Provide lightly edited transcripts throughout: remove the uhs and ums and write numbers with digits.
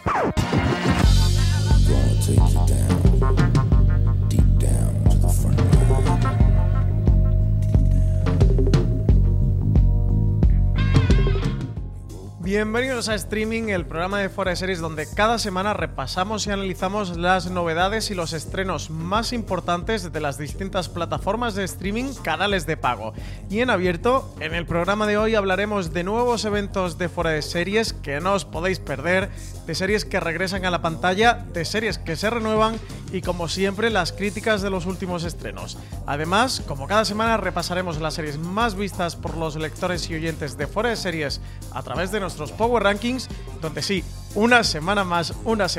Bienvenidos a Streaming, el programa de Fuera de Series donde cada semana repasamos y analizamos las novedades y los estrenos más importantes de las distintas plataformas de streaming, canales de pago. Y en abierto, en el programa de hoy hablaremos de nuevos eventos de Fuera de Series que no os podéis perder, de series que regresan a la pantalla, de series que se renuevan y, como siempre, las críticas de los últimos estrenos. Además, como cada semana, repasaremos las series más vistas por los lectores y oyentes de Fuera de Series a través de nuestros Power Rankings, donde sí, una semana más,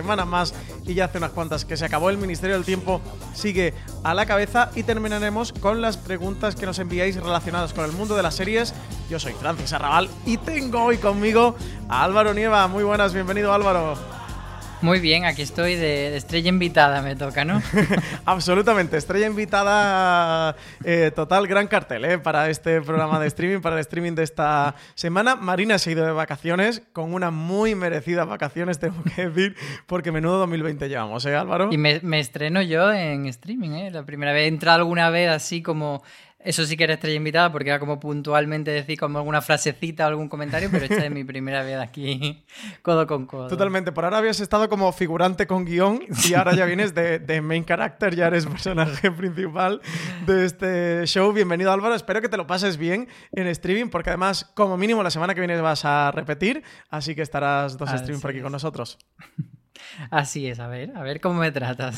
y ya hace unas cuantas que se acabó el Ministerio del Tiempo, sigue a la cabeza, y terminaremos con las preguntas que nos enviáis relacionadas con el mundo de las series. Yo soy Francis Arrabal y tengo hoy conmigo a Álvaro Nieva. Muy buenas, bienvenido Álvaro. Muy bien, aquí estoy de estrella invitada, me toca, ¿no? Absolutamente, estrella invitada total, gran cartel para este programa de streaming, para el streaming de esta semana. Marina se ha ido de vacaciones, con unas muy merecidas vacaciones, tengo que decir, porque menudo 2020 llevamos, Álvaro. Y me estreno yo en streaming, la primera vez he entrado alguna vez así como... Eso sí que era estrella invitada, porque era como puntualmente decir como alguna frasecita o algún comentario, pero esta es mi primera vez aquí, codo con codo. Totalmente, por ahora habías estado como figurante con guión y ahora ya vienes de main character, ya eres personaje principal de este show. Bienvenido Álvaro, espero que te lo pases bien en streaming, porque además como mínimo la semana que viene vas a repetir, así que estarás dos streaming por aquí con nosotros. Así es, a ver cómo me tratas.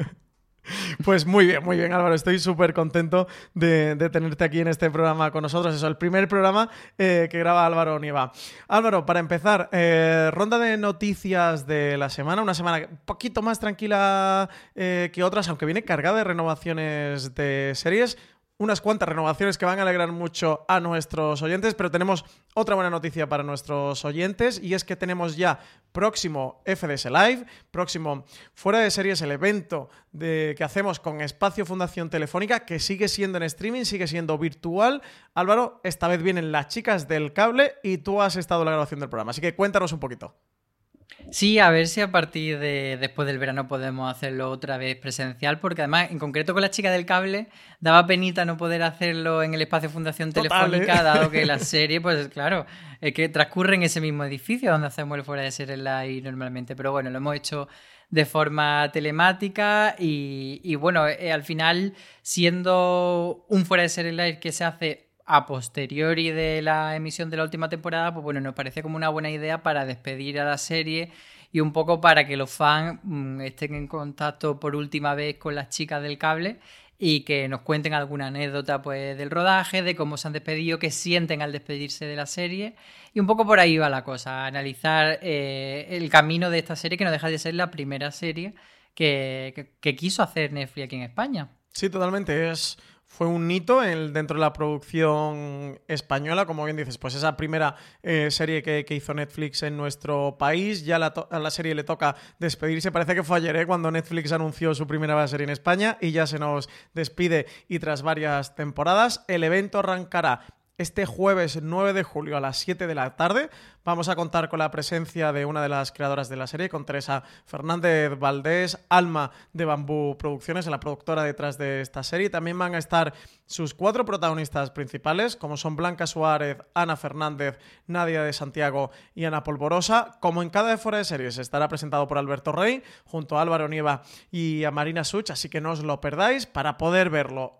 Pues muy bien Álvaro, estoy súper contento de tenerte aquí en este programa con nosotros. Eso, el primer programa que graba Álvaro Nieva. Álvaro, para empezar, ronda de noticias de la semana, una semana un poquito más tranquila que otras, aunque viene cargada de renovaciones de series. Unas cuantas renovaciones que van a alegrar mucho a nuestros oyentes, pero tenemos otra buena noticia para nuestros oyentes, y es que tenemos ya próximo FDS Live, próximo Fuera de Series, el evento que hacemos con Espacio Fundación Telefónica, que sigue siendo en streaming, sigue siendo virtual. Álvaro, esta vez vienen las chicas del cable y tú has estado en la grabación del programa, así que cuéntanos un poquito. Sí, a ver si a partir de después del verano podemos hacerlo otra vez presencial, porque además, en concreto con las chicas del cable, daba penita no poder hacerlo en el Espacio Fundación Telefónica, dado que la serie, pues claro, es que transcurre en ese mismo edificio donde hacemos el Fuera de Series Live normalmente, pero bueno, lo hemos hecho de forma telemática y bueno, al final, siendo un Fuera de Series Live que se hace a posteriori de la emisión de la última temporada, pues bueno, nos parece como una buena idea para despedir a la serie y un poco para que los fans estén en contacto por última vez con las chicas del cable y que nos cuenten alguna anécdota pues del rodaje, de cómo se han despedido, qué sienten al despedirse de la serie, y un poco por ahí va la cosa, analizar el camino de esta serie, que no deja de ser la primera serie que quiso hacer Netflix aquí en España. Sí, totalmente, fue un hito dentro de la producción española, como bien dices, pues esa primera serie que hizo Netflix en nuestro país. Ya a la serie le toca despedirse, parece que fue ayer cuando Netflix anunció su primera serie en España, y ya se nos despide, y tras varias temporadas. El evento arrancará este jueves 9 de julio a las 7 de la tarde. Vamos a contar con la presencia de una de las creadoras de la serie, con Teresa Fernández Valdés, Alma de Bambú Producciones, la productora detrás de esta serie. También van a estar sus 4 protagonistas principales, como son Blanca Suárez, Ana Fernández, Nadia de Santiago y Ana Polvorosa. Como en cada de Fuera de Series, estará presentado por Alberto Rey, junto a Álvaro Nieva y a Marina Such, así que no os lo perdáis. Para poder verlo,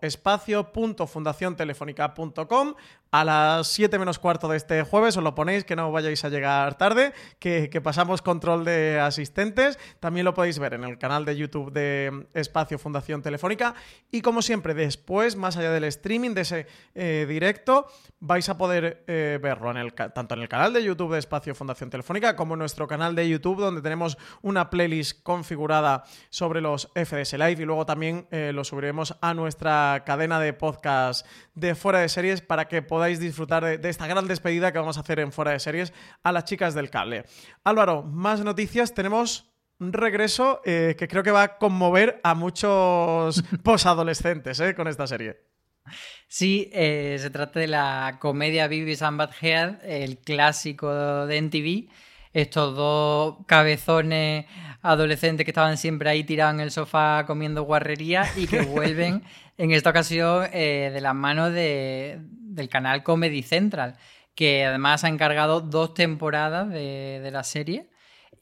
espacio.fundaciontelefónica.com. A las 7 menos cuarto de este jueves os lo ponéis, que no vayáis a llegar tarde, que pasamos control de asistentes. También lo podéis ver en el canal de YouTube de Espacio Fundación Telefónica. Y como siempre, después, más allá del streaming, de ese directo, vais a poder verlo tanto en el canal de YouTube de Espacio Fundación Telefónica como en nuestro canal de YouTube, donde tenemos una playlist configurada sobre los FDS Live, y luego también lo subiremos a nuestra cadena de podcast de Fuera de Series, para que podáis disfrutar de esta gran despedida que vamos a hacer en Fuera de Series a las chicas del cable. Álvaro, más noticias. Tenemos un regreso que creo que va a conmover a muchos posadolescentes con esta serie. Sí, se trata de la comedia Beavis and Butthead, el clásico de MTV, estos dos cabezones adolescentes que estaban siempre ahí tirados en el sofá comiendo guarrería y que vuelven en esta ocasión de las manos del canal Comedy Central, que además ha encargado 2 temporadas de la serie.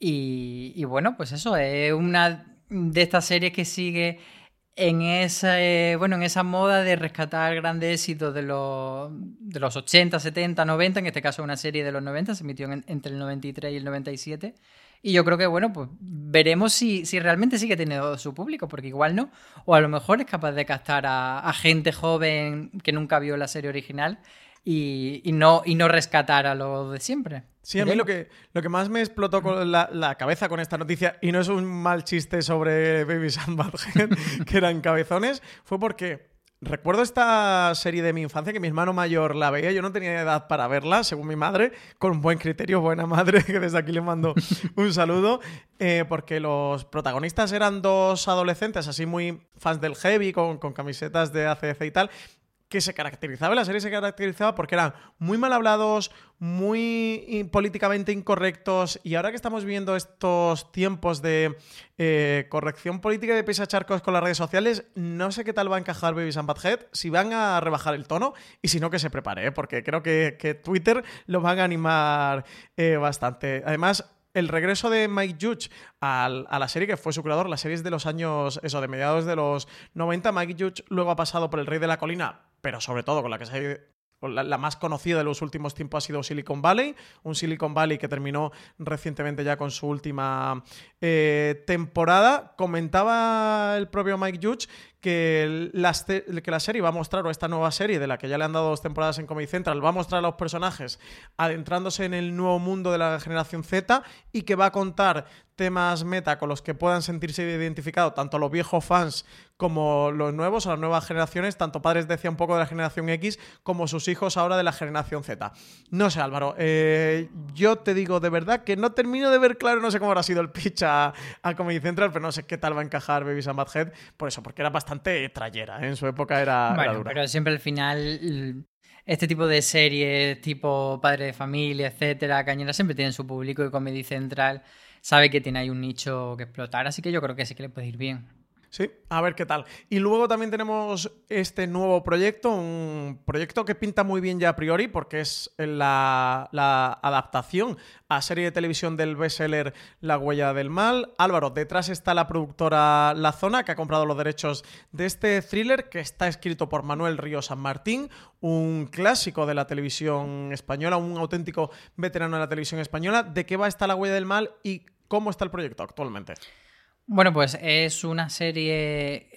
Y bueno, pues eso, es una de estas series que sigue en esa moda de rescatar grandes éxitos de los 80, 70, 90, en este caso una serie de los 90, se emitió entre el 93 y el 97. Y yo creo que, bueno, pues veremos si realmente sigue teniendo su público, porque igual no, o a lo mejor es capaz de captar a gente joven que nunca vio la serie original y no rescatar a lo de siempre. Sí, a mí lo que más me explotó con la cabeza con esta noticia, y no es un mal chiste sobre Beavis and Butthead, que eran cabezones, fue porque recuerdo esta serie de mi infancia que mi hermano mayor la veía. Yo no tenía edad para verla, según mi madre, con buen criterio, buena madre, que desde aquí le mando un saludo, porque los protagonistas eran 2 adolescentes así muy fans del heavy, con camisetas de AC/DC y tal, que la serie se caracterizaba porque eran muy mal hablados, muy políticamente incorrectos, y ahora que estamos viendo estos tiempos de corrección política y de pisar charcos con las redes sociales, no sé qué tal va a encajar Beavis and Butthead, si van a rebajar el tono, y si no, que se prepare, porque creo que Twitter lo van a animar bastante. Además, el regreso de Mike Judge a la serie, que fue su creador, la serie es de los años, eso, de mediados de los 90. Mike Judge luego ha pasado por El Rey de la Colina, pero sobre todo con la que la más conocida de los últimos tiempos ha sido Silicon Valley, un Silicon Valley que terminó recientemente ya con su última temporada. Comentaba el propio Mike Judge que la serie va a mostrar, o esta nueva serie de la que ya le han dado 2 temporadas en Comedy Central, va a mostrar a los personajes adentrándose en el nuevo mundo de la generación Z, y que va a contar temas meta con los que puedan sentirse identificados tanto los viejos fans como los nuevos, o las nuevas generaciones, tanto padres, decía, un poco de la generación X, como sus hijos ahora de la generación Z. No sé, Álvaro, yo te digo de verdad que no termino de ver claro, no sé cómo habrá sido el pitch a Comedy Central, pero no sé qué tal va a encajar Beavis and Butthead, por eso, porque era bastante trayera, ¿eh? En su época era dura. Pero siempre al final este tipo de series, tipo Padre de Familia, etcétera, Cañera, siempre tienen su público, y Comedy Central sabe que tiene ahí un nicho que explotar, así que yo creo que sí que le puede ir bien. Sí, a ver qué tal. Y luego también tenemos este nuevo proyecto, un proyecto que pinta muy bien ya a priori, porque es la adaptación a serie de televisión del bestseller La huella del mal. Álvaro, detrás está la productora La Zona, que ha comprado los derechos de este thriller, que está escrito por Manuel Río San Martín, un clásico de la televisión española, un auténtico veterano de la televisión española. ¿De qué va esta La huella del mal y cómo está el proyecto actualmente? Bueno, pues es una serie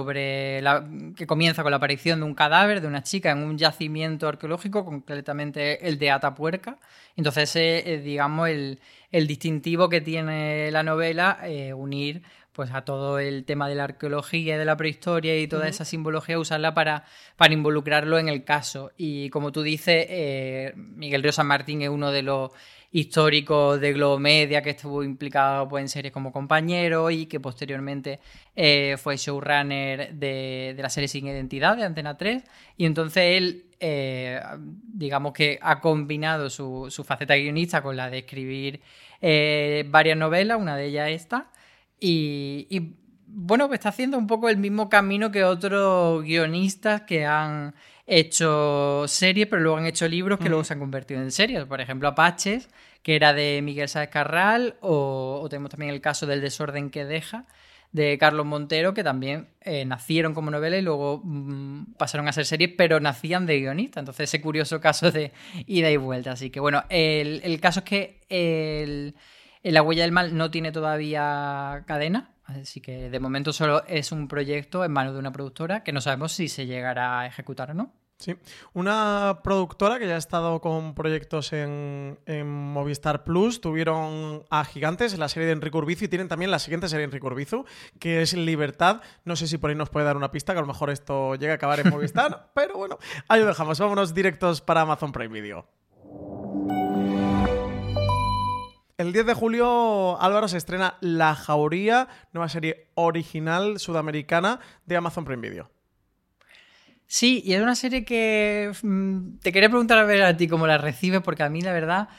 que comienza con la aparición de un cadáver de una chica en un yacimiento arqueológico, concretamente el de Atapuerca. Entonces, digamos, el distintivo que tiene la novela, unir pues a todo el tema de la arqueología y de la prehistoria y toda esa simbología, usarla para involucrarlo en el caso. Y como tú dices, Miguel Río San Martín es uno de los históricos de Globo Media que estuvo implicado pues, en series como Compañero, y que posteriormente fue showrunner de la serie Sin Identidad de Antena 3, y entonces él digamos que ha combinado su faceta guionista con la de escribir varias novelas, una de ellas esta, y bueno, pues está haciendo un poco el mismo camino que otros guionistas que han hecho series, pero luego han hecho libros que luego se han convertido en series. Por ejemplo, Apaches, que era de Miguel Sáez Carral, o tenemos también el caso del Desorden que deja, de Carlos Montero, que también nacieron como novela y luego pasaron a ser series, pero nacían de guionista. Entonces, ese curioso caso de ida y vuelta. Así que, bueno, el caso es que La huella del mal no tiene todavía cadena, así que de momento solo es un proyecto en manos de una productora que no sabemos si se llegará a ejecutar o no. Sí, una productora que ya ha estado con proyectos en Movistar Plus. Tuvieron a Gigantes, la serie de Enrique Urbizu, y tienen también la siguiente serie de Enrique Urbizu, que es Libertad. No sé si por ahí nos puede dar una pista, que a lo mejor esto llega a acabar en Movistar, pero bueno, ahí lo dejamos. Vámonos directos para Amazon Prime Video. El 10 de julio, Álvaro, se estrena La Jauría, nueva serie original sudamericana de Amazon Prime Video. Sí, y es una serie que te quería preguntar a ver a ti cómo la recibes, porque a mí la verdad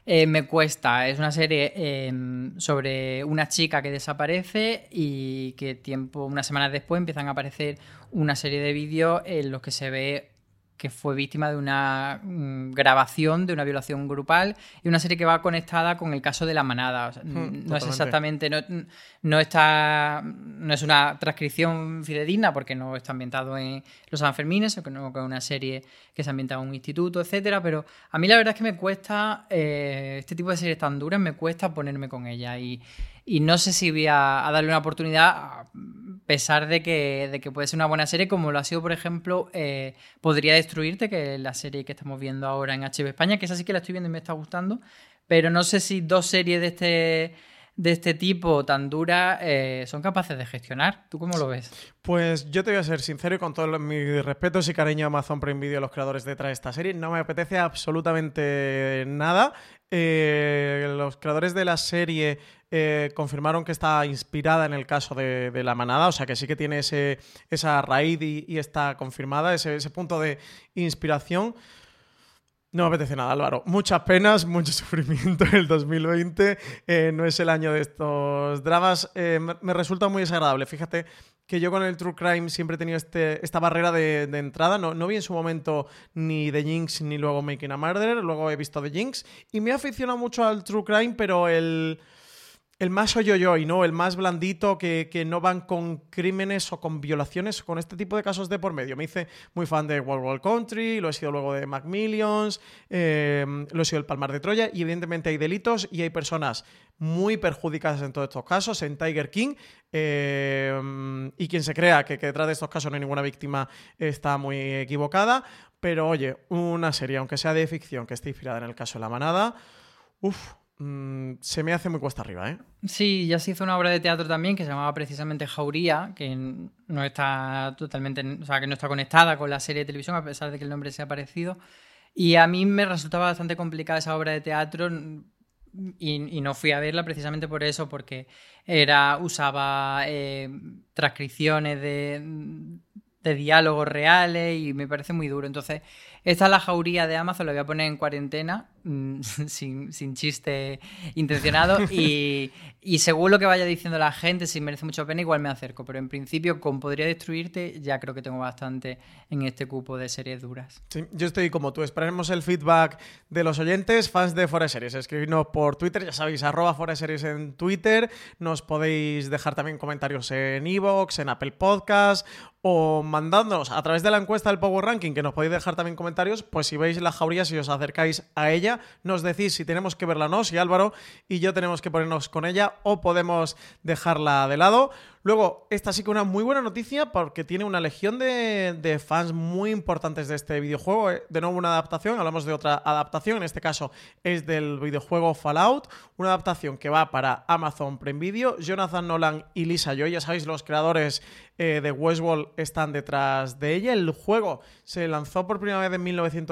me cuesta. Es una serie sobre una chica que desaparece y que unas semanas después empiezan a aparecer una serie de vídeos en los que se ve que fue víctima de una grabación de una violación grupal, y una serie que va conectada con el caso de La Manada. O sea, no es exactamente, no es una transcripción fidedigna porque no está ambientado en los Sanfermines, o que no es una serie que se ambienta en un instituto, etcétera, pero a mí la verdad es que me cuesta, este tipo de series tan duras, me cuesta ponerme con ella, y no sé si voy a darle una oportunidad, a pesar de que puede ser una buena serie, como lo ha sido, por ejemplo, Podría Destruirte, que es la serie que estamos viendo ahora en HBO España, que esa sí que la estoy viendo y me está gustando, pero no sé si dos series de este tipo tan duras son capaces de gestionar. ¿Tú cómo lo ves? Pues yo te voy a ser sincero, y con todos mis respetos y cariño a Amazon Prime Video, los creadores detrás de esta serie, no me apetece absolutamente nada. Los creadores de la serie confirmaron que está inspirada en el caso de La Manada, o sea que sí que tiene esa raíz y está confirmada, ese punto de inspiración. No me apetece nada, Álvaro. Muchas penas, mucho sufrimiento en el 2020. No es el año de estos dramas. Me resulta muy desagradable. Fíjate que yo con el True Crime siempre he tenido esta barrera de entrada. No vi en su momento ni The Jinx ni luego Making a Murderer. Luego he visto The Jinx y me he aficionado mucho al True Crime, pero el más hoyoyoy, ¿no? El más blandito, que no van con crímenes o con violaciones o con este tipo de casos de por medio. Me hice muy fan de Wild Wild Country, lo he sido luego de Macmillions, lo he sido del Palmar de Troya, y evidentemente hay delitos y hay personas muy perjudicadas en todos estos casos. En Tiger King, y quien se crea que detrás de estos casos no hay ninguna víctima está muy equivocada. Pero oye, una serie, aunque sea de ficción, que esté inspirada en el caso de La Manada, se me hace muy cuesta arriba, ¿eh? Sí, ya se hizo una obra de teatro también que se llamaba precisamente Jauría, que no está totalmente, o sea, que no está conectada con la serie de televisión, a pesar de que el nombre sea parecido. Y a mí me resultaba bastante complicada esa obra de teatro, y no fui a verla precisamente por eso, porque usaba transcripciones de diálogos reales y me parece muy duro. Entonces, esta es La Jauría de Amazon, la voy a poner en cuarentena, sin chiste intencionado, y según lo que vaya diciendo la gente, si merece mucho pena, igual me acerco, pero en principio con Podría Destruirte ya creo que tengo bastante en este cupo de series duras. Sí, yo estoy como tú. Esperemos el feedback de los oyentes, fans de Fuera de Series. Escribidnos por Twitter, ya sabéis, @FueraSeries en Twitter. Nos podéis dejar también comentarios en iVoox, en Apple Podcast, o mandándonos a través de la encuesta del Power Ranking, que nos podéis dejar también comentarios. Pues si veis La Jauría, si os acercáis a ella, nos decís si tenemos que verla o no, si Álvaro y yo tenemos que ponernos con ella o podemos dejarla de lado. Luego, esta sí que una muy buena noticia, porque tiene una legión de fans muy importantes de este videojuego. De nuevo, una adaptación, hablamos de otra adaptación, en este caso es del videojuego Fallout, una adaptación que va para Amazon Prime Video. Jonathan Nolan y Lisa Joy, ya sabéis, los creadores de Westworld, están detrás de ella. El juego se lanzó por primera vez en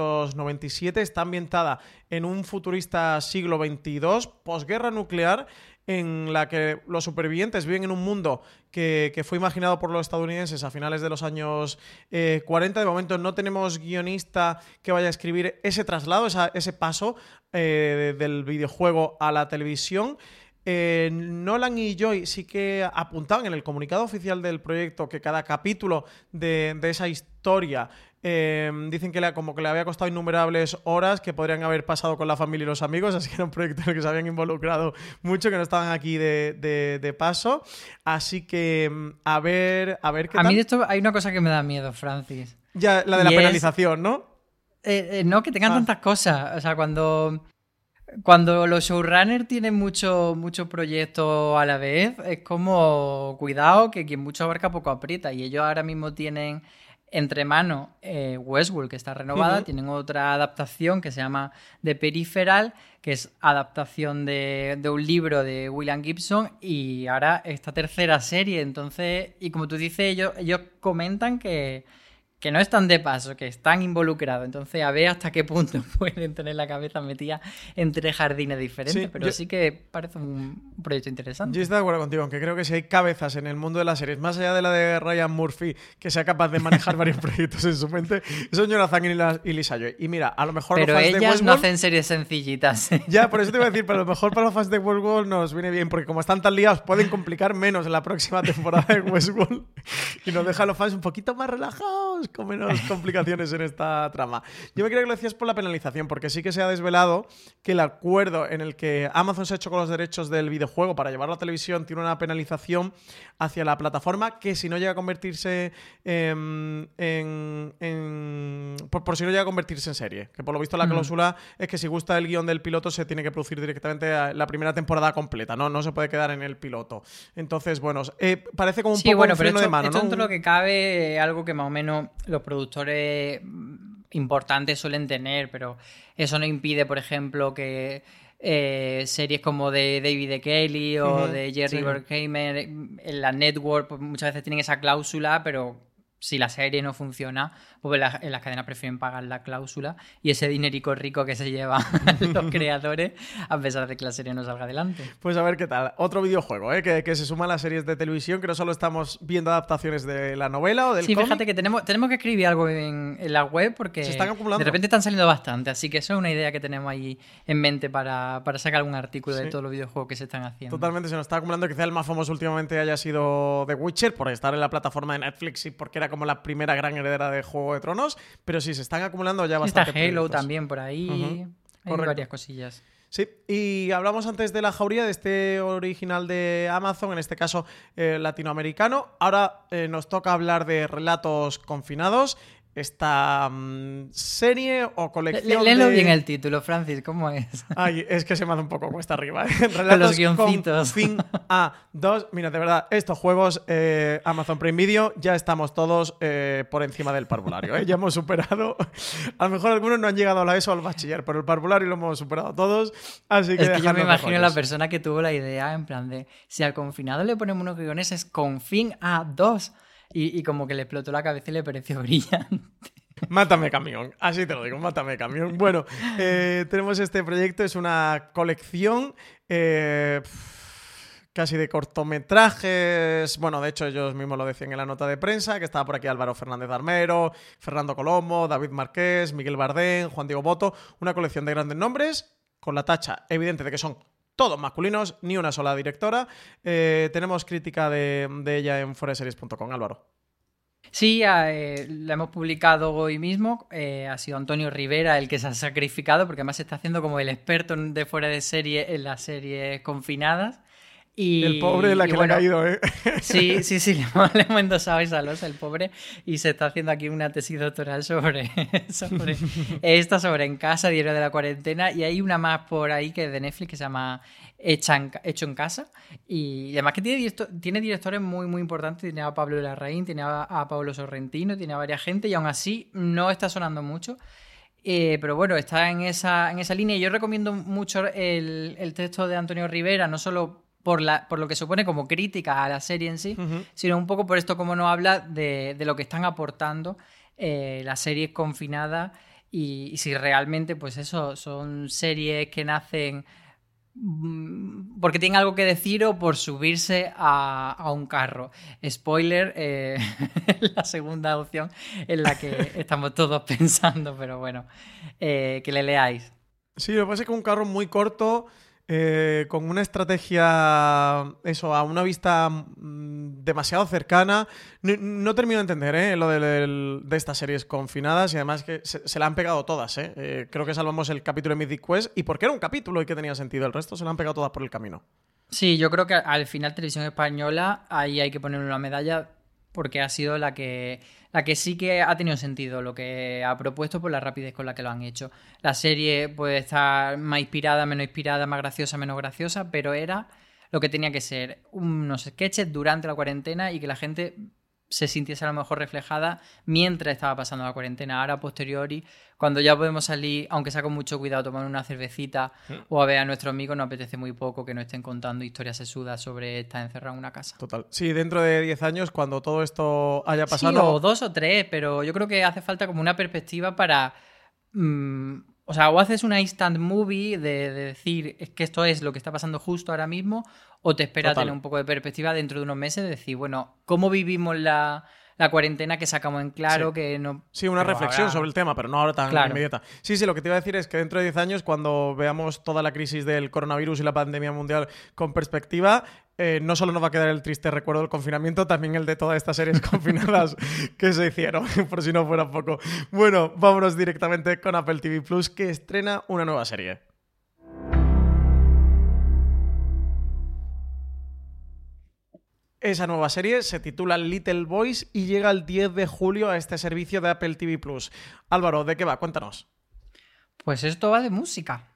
1997, está ambientada en un futurista siglo XXII, posguerra nuclear, en la que los supervivientes viven en un mundo que fue imaginado por los estadounidenses a finales de los años 40. De momento no tenemos guionista que vaya a escribir ese traslado, ese paso del videojuego a la televisión. Nolan y Joy sí que apuntaban en el comunicado oficial del proyecto que cada capítulo de esa historia dicen que como que le había costado innumerables horas que podrían haber pasado con la familia y los amigos, así que era un proyecto en el que se habían involucrado mucho, que no estaban aquí de paso. Así que a ver qué tal. A mí de esto hay una cosa que me da miedo, Francis. Ya, la de la penalización, ¿no? No, que tengan tantas cosas. O sea, cuando los showrunners tienen mucho proyecto a la vez, es como, cuidado, que quien mucho abarca poco aprieta. Y ellos ahora mismo tienen entre manos Westworld, que está renovada. Tienen otra adaptación que se llama The Peripheral, que es adaptación de un libro de William Gibson, y ahora esta tercera serie. Entonces, y como tú dices, ellos comentan que que no están de paso, que están involucrados. Entonces, a ver hasta qué punto pueden tener la cabeza metida entre jardines diferentes. Sí, pero sí que parece un proyecto interesante. Yo estoy de acuerdo contigo, aunque creo que si hay cabezas en el mundo de las series, más allá de la de Ryan Murphy, que sea capaz de manejar varios proyectos en su mente, son Jonathan y Lisa Joy. Y mira, a lo mejor pero los fans ellas de Westworld no hacen series sencillitas. Ya, por eso te iba a decir, pero a lo mejor para los fans de Westworld nos viene bien, porque como están tan liados, pueden complicar menos en la próxima temporada de Westworld y nos deja a los fans un poquito más relajados, con menos complicaciones en esta trama. Yo me creo que lo decías por la penalización, porque sí que se ha desvelado que el acuerdo en el que Amazon se ha hecho con los derechos del videojuego para llevarlo a televisión tiene una penalización hacia la plataforma que si no llega a convertirse por si no llega a convertirse en serie. Que por lo visto la cláusula es que si gusta el guión del piloto se tiene que producir directamente a la primera temporada completa, no se puede quedar en el piloto. Entonces, bueno, parece como un poco un freno de mano, ¿no? Dentro de lo que cabe, algo que más o menos los productores importantes suelen tener, pero eso no impide, por ejemplo, que series como de David E. Kelly o de Jerry Bruckheimer en la network pues muchas veces tienen esa cláusula, pero si la serie no funciona, pues en las cadenas prefieren pagar la cláusula y ese dinerico rico que se llevan los creadores a pesar de que la serie no salga adelante. Pues a ver qué tal. Otro videojuego que se suma a las series de televisión, que no solo estamos viendo adaptaciones de la novela o del cómic. Sí, fíjate que tenemos que escribir algo en la web porque se están acumulando. De repente están saliendo bastante, así que eso es una idea que tenemos ahí en mente para sacar algún artículo de todos los videojuegos que se están haciendo. Totalmente, se nos está acumulando. Quizá el más famoso últimamente haya sido The Witcher, por estar en la plataforma de Netflix y porque era como la primera gran heredera de Juego de Tronos, pero sí, se están acumulando ya bastante. Está Halo proyectos. También por ahí, hay varias cosillas. Sí, y hablamos antes de La Jauría, de este original de Amazon, en este caso latinoamericano. Ahora nos toca hablar de Relatos Confinados. Esta serie o colección Léelo bien el título, Francis, ¿cómo es? Ay, es que se me hace un poco cuesta arriba. Relatos los guioncitos. Confinados. Mira, de verdad, estos juegos Amazon Prime Video ya estamos todos por encima del parvulario. Ya hemos superado. A lo mejor algunos no han llegado a la ESO o al bachiller, pero el parvulario lo hemos superado todos. Así que es que yo me imagino la persona que tuvo la idea en plan de si al confinado le ponemos unos guiones es Confinados. Y como que le explotó la cabeza y le pareció brillante. Mátame camión, así te lo digo, mátame camión. Bueno, tenemos este proyecto, es una colección casi de cortometrajes. Bueno, de hecho ellos mismos lo decían en la nota de prensa, que estaba por aquí Álvaro Fernández Armero, Fernando Colombo, David Marqués, Miguel Bardén, Juan Diego Boto. Una colección de grandes nombres, con la tacha evidente de que son todos masculinos, ni una sola directora. Tenemos crítica de ella en foreseries.com, Álvaro. Sí, la hemos publicado hoy mismo. Ha sido Antonio Rivera el que se ha sacrificado, porque además se está haciendo como el experto de fuera de serie en las series confinadas. Y, el pobre la que le ha caído, ¿eh? Sí, le hemos endosado esa losa, el pobre, y se está haciendo aquí una tesis doctoral sobre En Casa, Diario de la Cuarentena, y hay una más por ahí que es de Netflix que se llama Hecho en Casa, y además que tiene directores muy, muy importantes. Tiene a Pablo Larraín, tiene a Pablo Sorrentino, tiene a varias gente, y aún así no está sonando mucho. Pero bueno, está en esa línea, y yo recomiendo mucho el texto de Antonio Rivera, no solo por lo que supone como crítica a la serie en sí, sino un poco por esto como nos habla de lo que están aportando las series confinadas y si realmente pues eso son series que nacen porque tienen algo que decir o por subirse a un carro. Spoiler, la segunda opción en la que estamos todos pensando, pero bueno, que le leáis. Sí, lo que pasa es que un carro muy corto, con una estrategia, eso, a una vista demasiado cercana. No termino de entender lo de estas series confinadas, y además que se la han pegado todas. Creo que salvamos el capítulo de Mythic Quest, y porque era un capítulo y que tenía sentido, el resto se la han pegado todas por el camino. Sí, yo creo que al final Televisión Española, ahí hay que ponerle una medalla, porque ha sido la que sí que ha tenido sentido lo que ha propuesto por la rapidez con la que lo han hecho. La serie puede estar más inspirada, menos inspirada, más graciosa, menos graciosa, pero era lo que tenía que ser, unos sketches durante la cuarentena y que la gente se sintiese a lo mejor reflejada mientras estaba pasando la cuarentena. Ahora, a posteriori, cuando ya podemos salir, aunque sea con mucho cuidado, tomar una cervecita o a ver a nuestros amigos, nos apetece muy poco que nos estén contando historias sesudas sobre estar encerrado en una casa. Total. Sí, dentro de 10 años, cuando todo esto haya pasado... Sí, o 2 o 3, pero yo creo que hace falta como una perspectiva para... o sea, o haces una instant movie de decir es que esto es lo que está pasando justo ahora mismo, o te espera tener un poco de perspectiva dentro de unos meses de decir, bueno, ¿cómo vivimos la cuarentena? Que sacamos en claro, que no... Sí, una reflexión sobre el tema, pero no ahora tan inmediata. Sí, lo que te iba a decir es que dentro de 10 años, cuando veamos toda la crisis del coronavirus y la pandemia mundial con perspectiva, no solo nos va a quedar el triste recuerdo del confinamiento, también el de todas estas series confinadas que se hicieron, por si no fuera poco. Bueno, vámonos directamente con Apple TV Plus, que estrena una nueva serie. Esa nueva serie se titula Little Boys y llega el 10 de julio a este servicio de Apple TV Plus. Álvaro, ¿de qué va? Cuéntanos. Pues esto va de música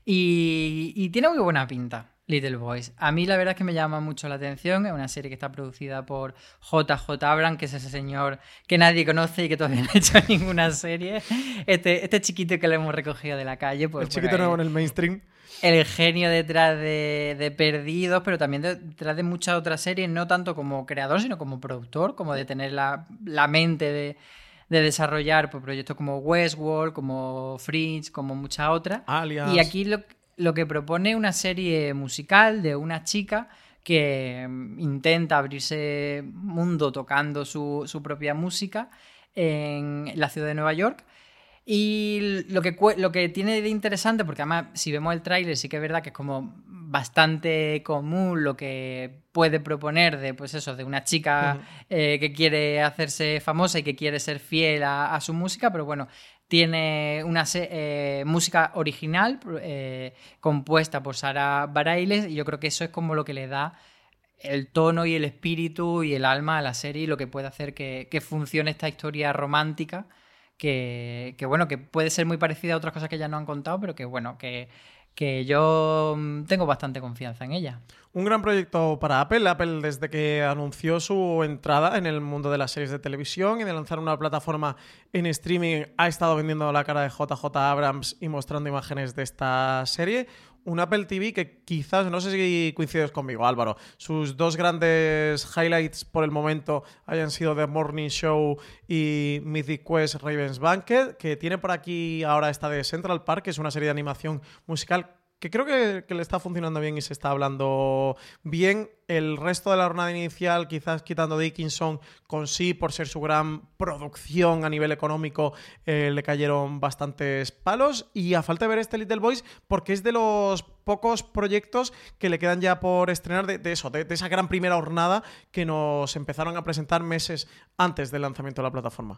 y tiene muy buena pinta, Little Boys. A mí la verdad es que me llama mucho la atención. Es una serie que está producida por JJ Abrams, que es ese señor que nadie conoce y que todavía no ha hecho ninguna serie. Este chiquito que le hemos recogido de la calle. Pues, el chiquito nuevo en el mainstream. El genio detrás de Perdidos, pero también detrás de muchas otras series, no tanto como creador, sino como productor, como de tener la mente de desarrollar pues, proyectos como Westworld, como Fringe, como muchas otras. Alias. Y aquí lo que propone es una serie musical de una chica que intenta abrirse mundo tocando su propia música en la ciudad de Nueva York. Y lo que tiene de interesante, porque además si vemos el tráiler sí que es verdad que es como bastante común lo que puede proponer de pues eso, de una chica que quiere hacerse famosa y que quiere ser fiel a su música, pero bueno, tiene una música original compuesta por Sara Bareilles, y yo creo que eso es como lo que le da el tono y el espíritu y el alma a la serie y lo que puede hacer que funcione esta historia romántica. Que bueno, que puede ser muy parecida a otras cosas que ya no han contado, pero que bueno, que yo tengo bastante confianza en ella. Un gran proyecto para Apple. Apple, desde que anunció su entrada en el mundo de las series de televisión y de lanzar una plataforma en streaming, ha estado vendiendo la cara de JJ Abrams y mostrando imágenes de esta serie. Un Apple TV que quizás, no sé si coincides conmigo, Álvaro, sus dos grandes highlights por el momento hayan sido The Morning Show y Mythic Quest Raven's Banquet, que tiene por aquí ahora esta de Central Park, que es una serie de animación musical que creo que le está funcionando bien y se está hablando bien. El resto de la jornada inicial, quizás quitando Dickinson, con sí, por ser su gran producción a nivel económico, le cayeron bastantes palos. Y a falta de ver este Little Boys, porque es de los pocos proyectos que le quedan ya por estrenar de esa gran primera jornada que nos empezaron a presentar meses antes del lanzamiento de la plataforma.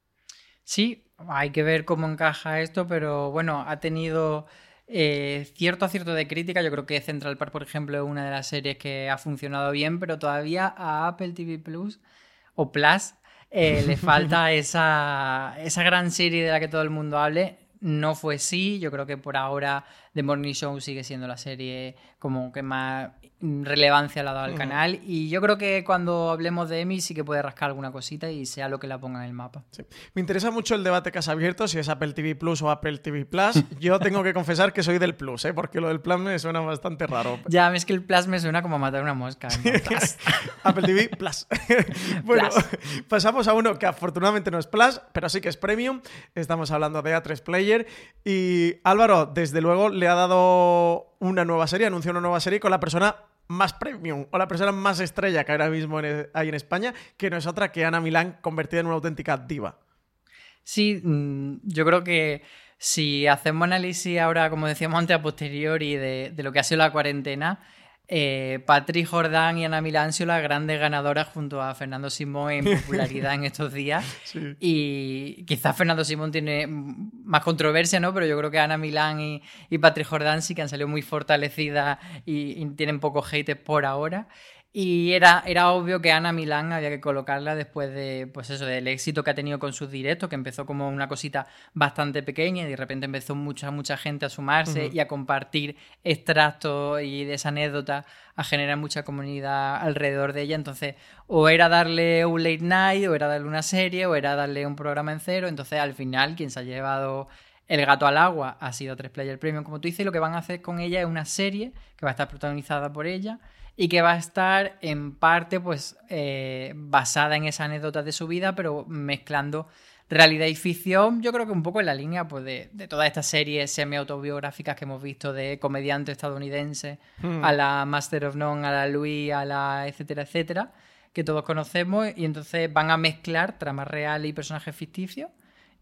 Sí, hay que ver cómo encaja esto, pero bueno, ha tenido... cierto acierto de crítica. Yo creo que Central Park, por ejemplo, es una de las series que ha funcionado bien, pero todavía a Apple TV Plus o Plus le falta esa gran serie de la que todo el mundo hable. No fue sí, yo creo que por ahora The Morning Show sigue siendo la serie como que más relevancia le ha dado al canal, y yo creo que cuando hablemos de Emmy sí que puede rascar alguna cosita y sea lo que la ponga en el mapa. Sí. Me interesa mucho el debate que has abierto, si es Apple TV Plus o Apple TV Plus. Yo tengo que confesar que soy del Plus, porque lo del Plus me suena bastante raro. Ya, es que el Plus me suena como a matar una mosca, ¿no? Apple TV Plus. Bueno, Plus. Pasamos a uno que afortunadamente no es Plus, pero sí que es Premium. Estamos hablando de A3 Player. Y Álvaro, desde luego, le ha dado una nueva serie, anunció una nueva serie con la persona más premium o la persona más estrella que ahora mismo hay en España, que no es otra que Ana Milán, convertida en una auténtica diva. Sí, yo creo que si hacemos análisis ahora, como decíamos antes, a posteriori de lo que ha sido la cuarentena, Patrick Jordán y Ana Milán han sido las grandes ganadoras junto a Fernando Simón en popularidad en estos días. Sí. Y quizás Fernando Simón tiene más controversia, ¿no? Pero yo creo que Ana Milán y Patrick Jordán sí que han salido muy fortalecidas y tienen pocos haters por ahora. Y era obvio que Ana Milán había que colocarla después de, pues eso, del éxito que ha tenido con sus directos, que empezó como una cosita bastante pequeña y de repente empezó mucha gente a sumarse y a compartir extractos y de esa anécdota, a generar mucha comunidad alrededor de ella. Entonces, o era darle un late night, o era darle una serie, o era darle un programa en cero. Entonces, al final, quien se ha llevado el gato al agua ha sido 3Player Premium, como tú dices, y lo que van a hacer con ella es una serie que va a estar protagonizada por ella y que va a estar en parte pues basada en esa anécdota de su vida, pero mezclando realidad y ficción. Yo creo que un poco en la línea pues de todas estas series semi-autobiográficas que hemos visto de comediantes estadounidenses, a la Master of None, a la Louis, a la etcétera, etcétera, que todos conocemos, y entonces van a mezclar tramas reales y personajes ficticios.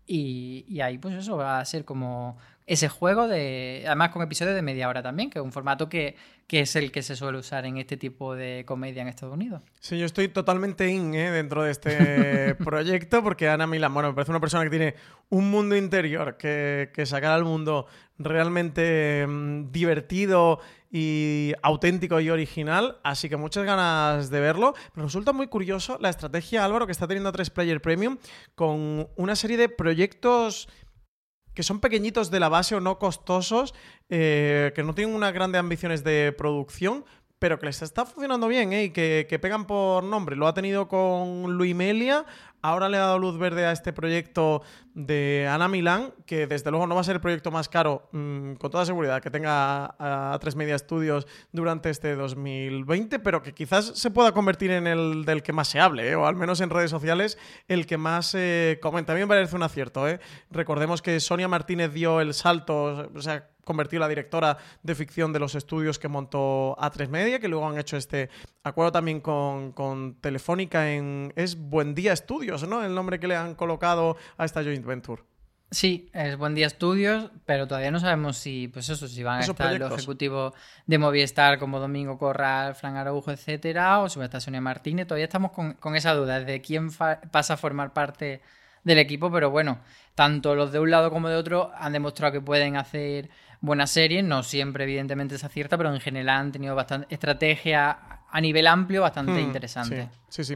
Y ahí pues eso va a ser como ese juego de, además con episodios de media hora también, que es un formato que es el que se suele usar en este tipo de comedia en Estados Unidos. Sí, yo estoy totalmente dentro de este proyecto, porque Ana Milán, bueno, me parece una persona que tiene un mundo interior que sacar al mundo realmente divertido y auténtico y original, así que muchas ganas de verlo. Me resulta muy curioso la estrategia, Álvaro, que está teniendo 3Player Premium con una serie de proyectos que son pequeñitos de la base o no costosos, que no tienen unas grandes ambiciones de producción, pero que les está funcionando bien, y que pegan por nombre. Lo ha tenido con Luis Melia, ahora le ha dado luz verde a este proyecto de Ana Milán, que desde luego no va a ser el proyecto más caro, con toda seguridad, que tenga a A3 Media Studios durante este 2020, pero que quizás se pueda convertir en el del que más se hable, o al menos en redes sociales el que más se comenta. A mí me parece un acierto. Recordemos que Sonia Martínez dio el salto, o sea, convertió la directora de ficción de los estudios que montó A3 Media, que luego han hecho este acuerdo también con Telefónica es Buen Día Estudios, ¿no? El nombre que le han colocado a esta joint venture. Sí, es Buen Día Estudios, pero todavía no sabemos si, pues eso, si van a estar los ejecutivos de Movistar como Domingo Corral, Fran Araujo, etcétera, o si va a estar Sonia Martínez. Todavía estamos con esa duda de quién pasa a formar parte del equipo, pero bueno, tanto los de un lado como de otro han demostrado que pueden hacer buenas series. No siempre, evidentemente, se acierta, pero en general han tenido bastante estrategia a nivel amplio, bastante interesante. Sí.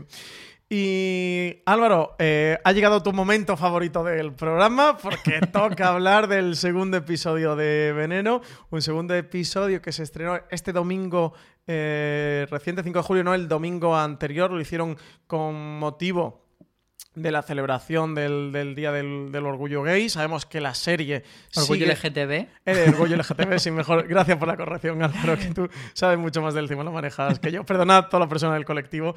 Y Álvaro, ha llegado tu momento favorito del programa, porque toca hablar del segundo episodio de Veneno, un segundo episodio que se estrenó este domingo reciente, 5 de julio, no el domingo anterior. Lo hicieron con motivo de la celebración del Día del Orgullo Gay. Sabemos que la serie Orgullo LGTB. Orgullo LGTB, sí, mejor. Gracias por la corrección, Álvaro, que tú sabes mucho más del tema, lo manejas que yo. Perdonad a toda la persona del colectivo.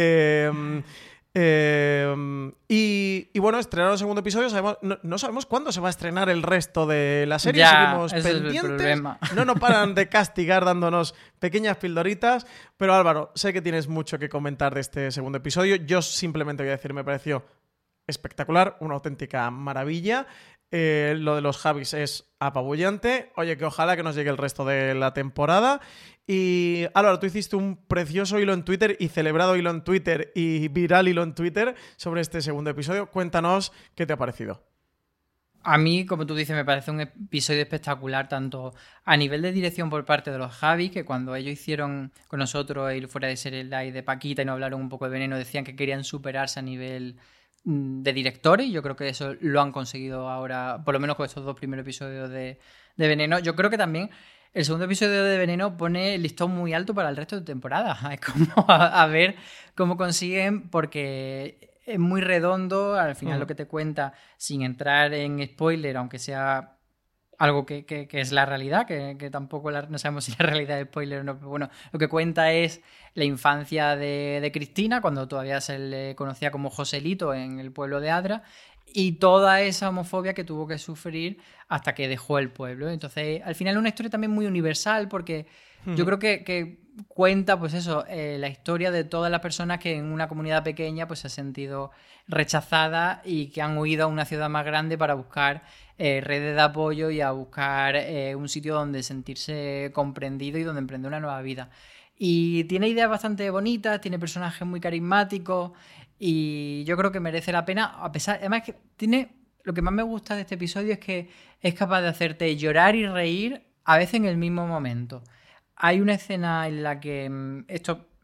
Y bueno, estrenaron el segundo episodio. No sabemos cuándo se va a estrenar el resto de la serie. Seguimos pendientes. No paran de castigar dándonos pequeñas pildoritas. Pero Álvaro, sé que tienes mucho que comentar de este segundo episodio. Yo simplemente voy a decir, me pareció espectacular, una auténtica maravilla. Lo de los Javis es apabullante. Oye, que ojalá que nos llegue el resto de la temporada. Y Álvaro, tú hiciste un precioso hilo en Twitter y celebrado hilo en Twitter y viral hilo en Twitter sobre este segundo episodio. Cuéntanos qué te ha parecido. A mí, como tú dices, me parece un episodio espectacular, tanto a nivel de dirección por parte de los Javis, que cuando ellos hicieron con nosotros el Fuera de Serie Live de Paquita y nos hablaron un poco de Veneno, decían que querían superarse a nivel de directores, y yo creo que eso lo han conseguido ahora, por lo menos con estos dos primeros episodios de Veneno. Yo creo que también el segundo episodio de Veneno pone el listón muy alto para el resto de temporada. Es como a ver cómo consiguen, porque es muy redondo, al final lo que te cuenta, sin entrar en spoiler, aunque sea algo que es la realidad, que tampoco no sabemos si la realidad es spoiler o no, pero bueno, lo que cuenta es la infancia de Cristina, cuando todavía se le conocía como Joselito en el pueblo de Adra, y toda esa homofobia que tuvo que sufrir hasta que dejó el pueblo. Entonces, al final es una historia también muy universal, porque yo creo que cuenta, pues eso, la historia de todas las personas que en una comunidad pequeña pues se han sentido rechazadas y que han huido a una ciudad más grande para buscar redes de apoyo y a buscar un sitio donde sentirse comprendido y donde emprender una nueva vida. Y tiene ideas bastante bonitas, tiene personajes muy carismáticos, y yo creo que merece la pena, además que tiene, lo que más me gusta de este episodio es que es capaz de hacerte llorar y reír a veces en el mismo momento. Hay una escena en la que esto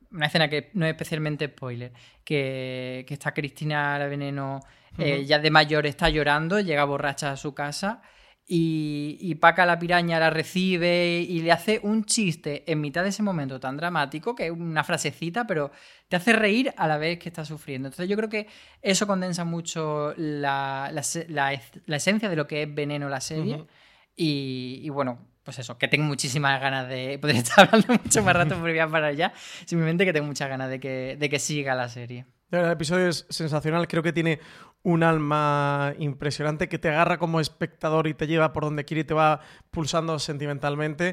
una escena que no es especialmente spoiler, que está Cristina la Veneno ya de mayor, está llorando, llega borracha a su casa y Paca la piraña la recibe y le hace un chiste en mitad de ese momento tan dramático, que es una frasecita, pero te hace reír a la vez que está sufriendo. Entonces yo creo que eso condensa mucho la esencia de lo que es Veneno la serie. Y bueno, pues eso, que tengo muchísimas ganas de poder estar hablando mucho más rato, porque voy a parar ya. Simplemente que tengo muchas ganas de que siga la serie. El episodio es sensacional, creo que tiene un alma impresionante que te agarra como espectador y te lleva por donde quiere y te va pulsando sentimentalmente.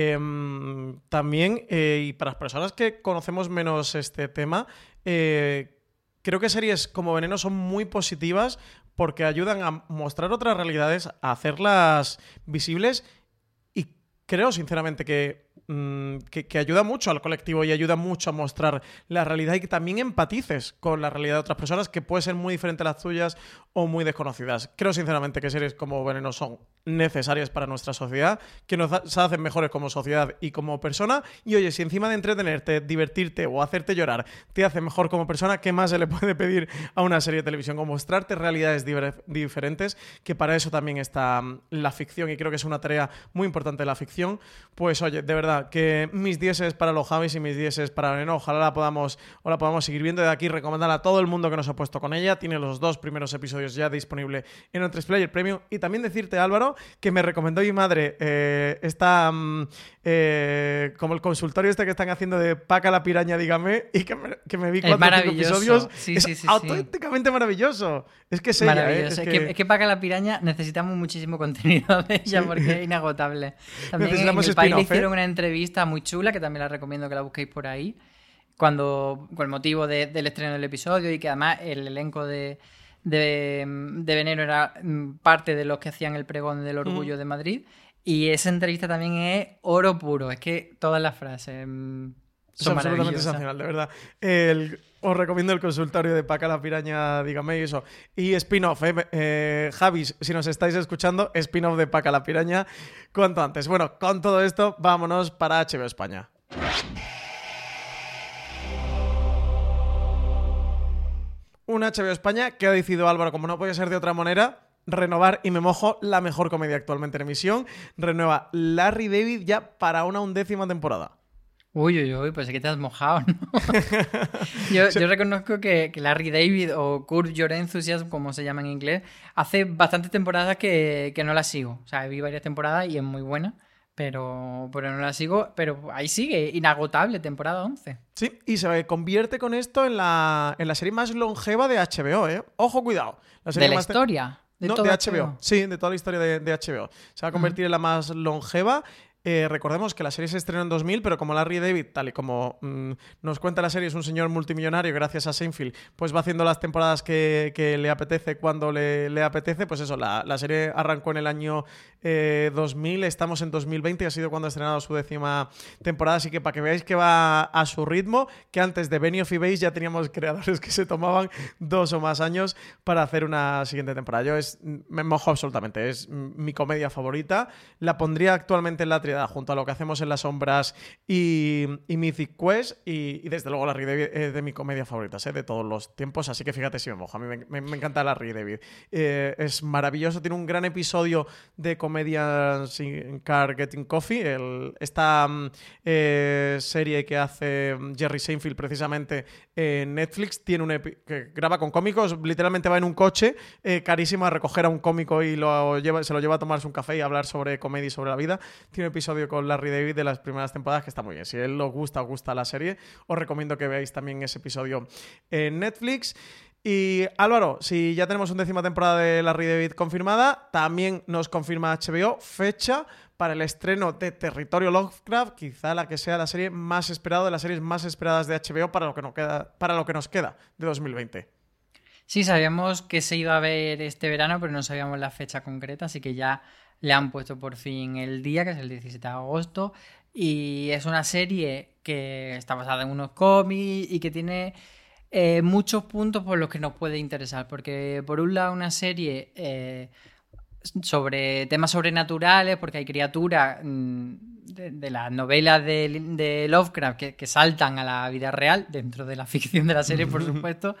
También, y para las personas que conocemos menos este tema, creo que series como Veneno son muy positivas porque ayudan a mostrar otras realidades, a hacerlas visibles, y creo sinceramente que ayuda mucho al colectivo y ayuda mucho a mostrar la realidad y que también empatices con la realidad de otras personas que puede ser muy diferente a las tuyas o muy desconocidas. Creo sinceramente que series como Veneno son necesarias para nuestra sociedad, que nos hacen mejores como sociedad y como persona. Y oye, si encima de entretenerte, divertirte o hacerte llorar te hace mejor como persona, ¿qué más se le puede pedir a una serie de televisión? Como mostrarte realidades diferentes, que para eso también está la ficción, y creo que es una tarea muy importante de la ficción. Pues oye, de verdad, que mis dieces para los Javis y mis dieces para Veneno. Ojalá la podamos seguir viendo. De aquí recomendarla a todo el mundo que nos ha puesto con ella. Tiene los 2 primeros episodios ya disponibles en el 3Player Premium. Y también decirte, Álvaro, que me recomendó mi madre como el consultorio este que están haciendo de Paca la piraña, dígame, y que me vi 4 o 5 episodios. Sí, es auténticamente maravilloso. Es que es ella, maravilloso. Es que Paca la piraña necesitamos muchísimo contenido de ella, porque es inagotable. También necesitamos en el país le hicieron una entrevista muy chula, que también la recomiendo que la busquéis por ahí, con el motivo del estreno del episodio, y que además el elenco de Veneno era parte de los que hacían el pregón del orgullo de Madrid, y esa entrevista también es oro puro. Es que todas las frases son absolutamente sensacional, de verdad. Os recomiendo el consultorio de Paca la piraña, dígame, y eso. Y spin-off, Javis, si nos estáis escuchando, spin-off de Paca la piraña cuanto antes. Bueno, con todo esto, vámonos para HBO España. Un HBO España que ha decidido, Álvaro, como no puede ser de otra manera, renovar, y me mojo, la mejor comedia actualmente en emisión. Renueva Larry David ya para una 11ª temporada. Uy, pues es que te has mojado, ¿no? yo reconozco que Larry David, o Curb Your Enthusiasm, como se llama en inglés, hace bastantes temporadas que no la sigo. O sea, vi varias temporadas y es muy buena, pero no la sigo. Pero ahí sigue, inagotable, temporada 11. Sí, y se convierte con esto en la serie más longeva de HBO, ¿eh? Ojo, cuidado. La serie ¿De la historia? De HBO. Sí, de toda la historia de HBO. Se va a convertir en la más longeva. Recordemos que la serie se estrenó en 2000, pero como Larry David, tal y como nos cuenta la serie, es un señor multimillonario gracias a Seinfeld, pues va haciendo las temporadas que le apetece cuando le apetece. Pues eso, la serie arrancó en el año 2000, estamos en 2020 y ha sido cuando ha estrenado su 10ª temporada, así que para que veáis que va a su ritmo, que antes de Benioff y Weiss ya teníamos creadores que se tomaban 2 o más años para hacer una siguiente temporada. Me mojo absolutamente, es mi comedia favorita, la pondría actualmente en la junto a Lo que hacemos en las sombras y Mythic Quest, y desde luego Larry David es de mis comedias favoritas de todos los tiempos, así que fíjate si me mojo. A mí me encanta Larry David, es maravilloso, tiene un gran episodio de Comedia in Car Getting Coffee, esta serie que hace Jerry Seinfeld precisamente en Netflix. Tiene que graba con cómicos, literalmente va en un coche carísimo a recoger a un cómico y se lo lleva a tomarse un café y a hablar sobre comedia y sobre la vida. Tiene un episodio con Larry David de las primeras temporadas que está muy bien. Si a él os gusta la serie, os recomiendo que veáis también ese episodio en Netflix. Y Álvaro, si ya tenemos una 10ª temporada de Larry David confirmada, también nos confirma HBO fecha para el estreno de Territorio Lovecraft, quizá la que sea la serie más esperada, de las series más esperadas de HBO para lo que nos queda de 2020. Sí, sabíamos que se iba a ver este verano, pero no sabíamos la fecha concreta, así que ya le han puesto por fin el día, que es el 17 de agosto, y es una serie que está basada en unos cómics y que tiene muchos puntos por los que nos puede interesar, porque por un lado una serie sobre temas sobrenaturales, porque hay criaturas de las novelas de Lovecraft que saltan a la vida real, dentro de la ficción de la serie, por supuesto,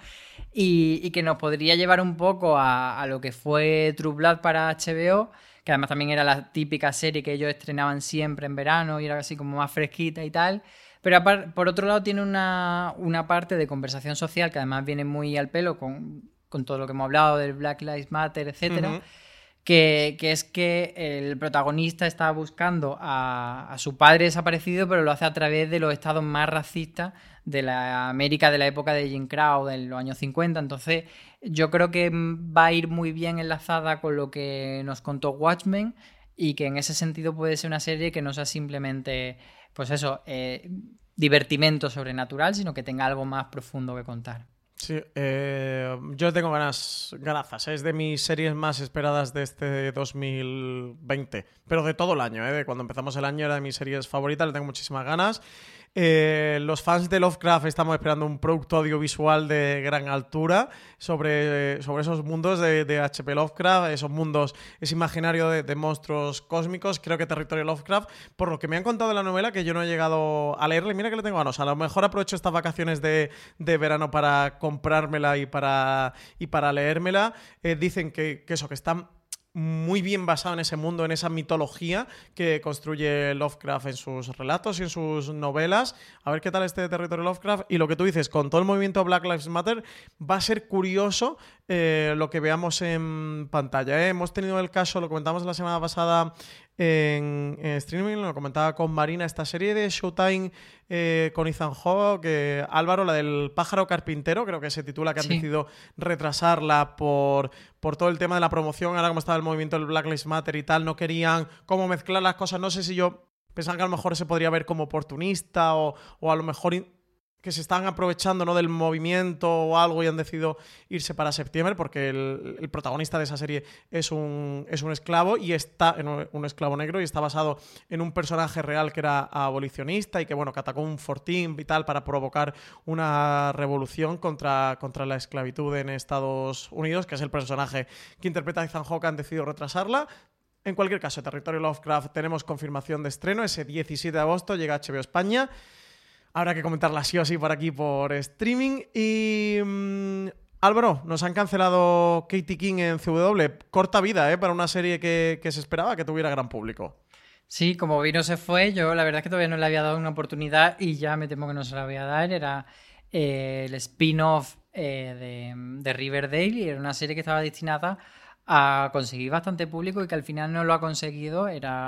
y que nos podría llevar un poco a lo que fue True Blood para HBO, que además también era la típica serie que ellos estrenaban siempre en verano y era así como más fresquita y tal. Pero por otro lado tiene una parte de conversación social que además viene muy al pelo con todo lo que hemos hablado del Black Lives Matter, etcétera. Que es que el protagonista está buscando a su padre desaparecido, pero lo hace a través de los estados más racistas de la América de la época de Jim Crow, de los años 50. Entonces yo creo que va a ir muy bien enlazada con lo que nos contó Watchmen, y que en ese sentido puede ser una serie que no sea simplemente, pues eso, divertimento sobrenatural, sino que tenga algo más profundo que contar. Sí, yo tengo ganazas. Es de mis series más esperadas de este 2020, pero de todo el año, de cuando empezamos el año era de mis series favoritas, le tengo muchísimas ganas. Los fans de Lovecraft estamos esperando un producto audiovisual de gran altura sobre esos mundos de H.P. Lovecraft, esos mundos, ese imaginario de monstruos cósmicos. Creo que Territorio Lovecraft, por lo que me han contado de la novela, que yo no he llegado a leerle, mira que le tengo ganas. A lo mejor aprovecho estas vacaciones de verano para comprármela y para leérmela. Dicen que eso, que están muy bien basado en ese mundo, en esa mitología que construye Lovecraft en sus relatos y en sus novelas. A ver qué tal este Territorio Lovecraft. Y lo que tú dices, con todo el movimiento Black Lives Matter, va a ser curioso lo que veamos en pantalla. Hemos tenido el caso, lo comentamos la semana pasada en streaming, lo comentaba con Marina, esta serie de Showtime con Ethan Hawke, Álvaro, la del pájaro carpintero, creo que se titula, que han decidido retrasarla por todo el tema de la promoción. Ahora como estaba el movimiento del Black Lives Matter y tal, no querían cómo mezclar las cosas. No sé si yo pensaba que a lo mejor se podría ver como oportunista o a lo mejor que se están aprovechando, ¿no?, del movimiento o algo, y han decidido irse para septiembre, porque el protagonista de esa serie es un esclavo, y está en un esclavo negro, y está basado en un personaje real que era abolicionista y que, bueno, que atacó un fortín y tal para provocar una revolución contra la esclavitud en Estados Unidos, que es el personaje que interpreta Ethan Hawke. Han decidido retrasarla. En cualquier caso, Territorio Lovecraft tenemos confirmación de estreno, ese 17 de agosto llega a HBO España. Habrá que comentarla sí o sí por aquí, por streaming. Y Álvaro, nos han cancelado Katie King en CW. Corta vida, para una serie que se esperaba que tuviera gran público. Sí, como vino se fue. Yo la verdad es que todavía no le había dado una oportunidad y ya me temo que no se la voy a dar. Era el spin-off de Riverdale, y era una serie que estaba destinada a conseguir bastante público y que al final no lo ha conseguido.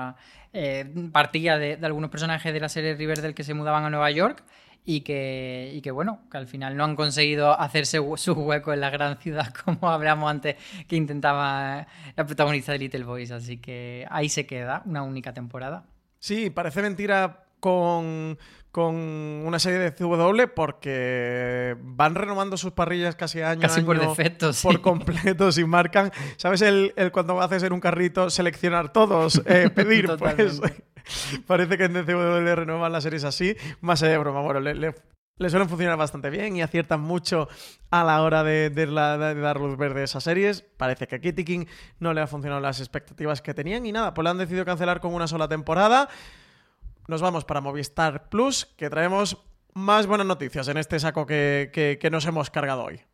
Partía de algunos personajes de la serie Riverdale que se mudaban a Nueva York y que bueno, que al final no han conseguido hacerse su hueco en la gran ciudad, como hablamos antes, que intentaba la protagonista de Little Boys. Así que ahí se queda, una única temporada. Sí, parece mentira con una serie de CW, porque van renovando sus parrillas casi año a año por defecto, sí. Por completo, sin marcan. ¿Sabes el cuando haces en un carrito seleccionar todos, pedir? Pues parece que en CW renuevan las series así, más allá de broma. Bueno, le suelen funcionar bastante bien y aciertan mucho a la hora de dar luz verde a esas series. Parece que a Katie King no le ha funcionado las expectativas que tenían y nada, pues la han decidido cancelar con una sola temporada. Nos vamos para Movistar Plus, que traemos más buenas noticias en este saco que nos hemos cargado hoy.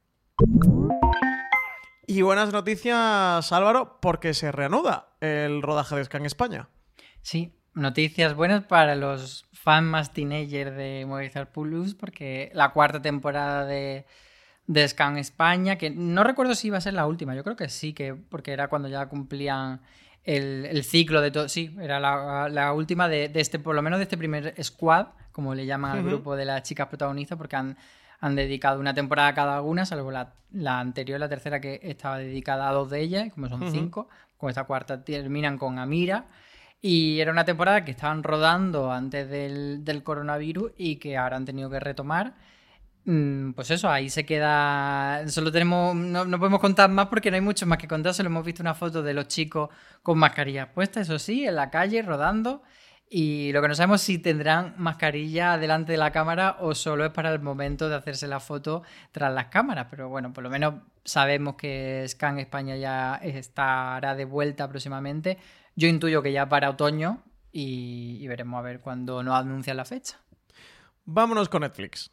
Y buenas noticias, Álvaro, porque se reanuda el rodaje de Skam España. Sí, noticias buenas para los fans más teenager de Movistar Plus, porque la cuarta temporada de Skam España, que no recuerdo si iba a ser la última, yo creo que sí, porque era cuando ya cumplían el ciclo de todo. Sí, era la última de este, por lo menos de este primer squad, como le llaman al grupo de las chicas protagonistas, porque han dedicado una temporada a cada una, salvo la anterior, la tercera, que estaba dedicada a 2 de ellas, como son 5, con esta cuarta terminan con Amira. Y era una temporada que estaban rodando antes del coronavirus y que ahora han tenido que retomar. Pues eso, ahí se queda. Solo tenemos. No podemos contar más porque no hay mucho más que contar. Solo hemos visto una foto de los chicos con mascarillas puestas, eso sí, en la calle, rodando. Y lo que no sabemos es si tendrán mascarilla delante de la cámara o solo es para el momento de hacerse la foto tras las cámaras. Pero bueno, por lo menos sabemos que Scan España ya estará de vuelta próximamente. Yo intuyo que ya para otoño y veremos a ver cuándo nos anuncian la fecha. Vámonos con Netflix.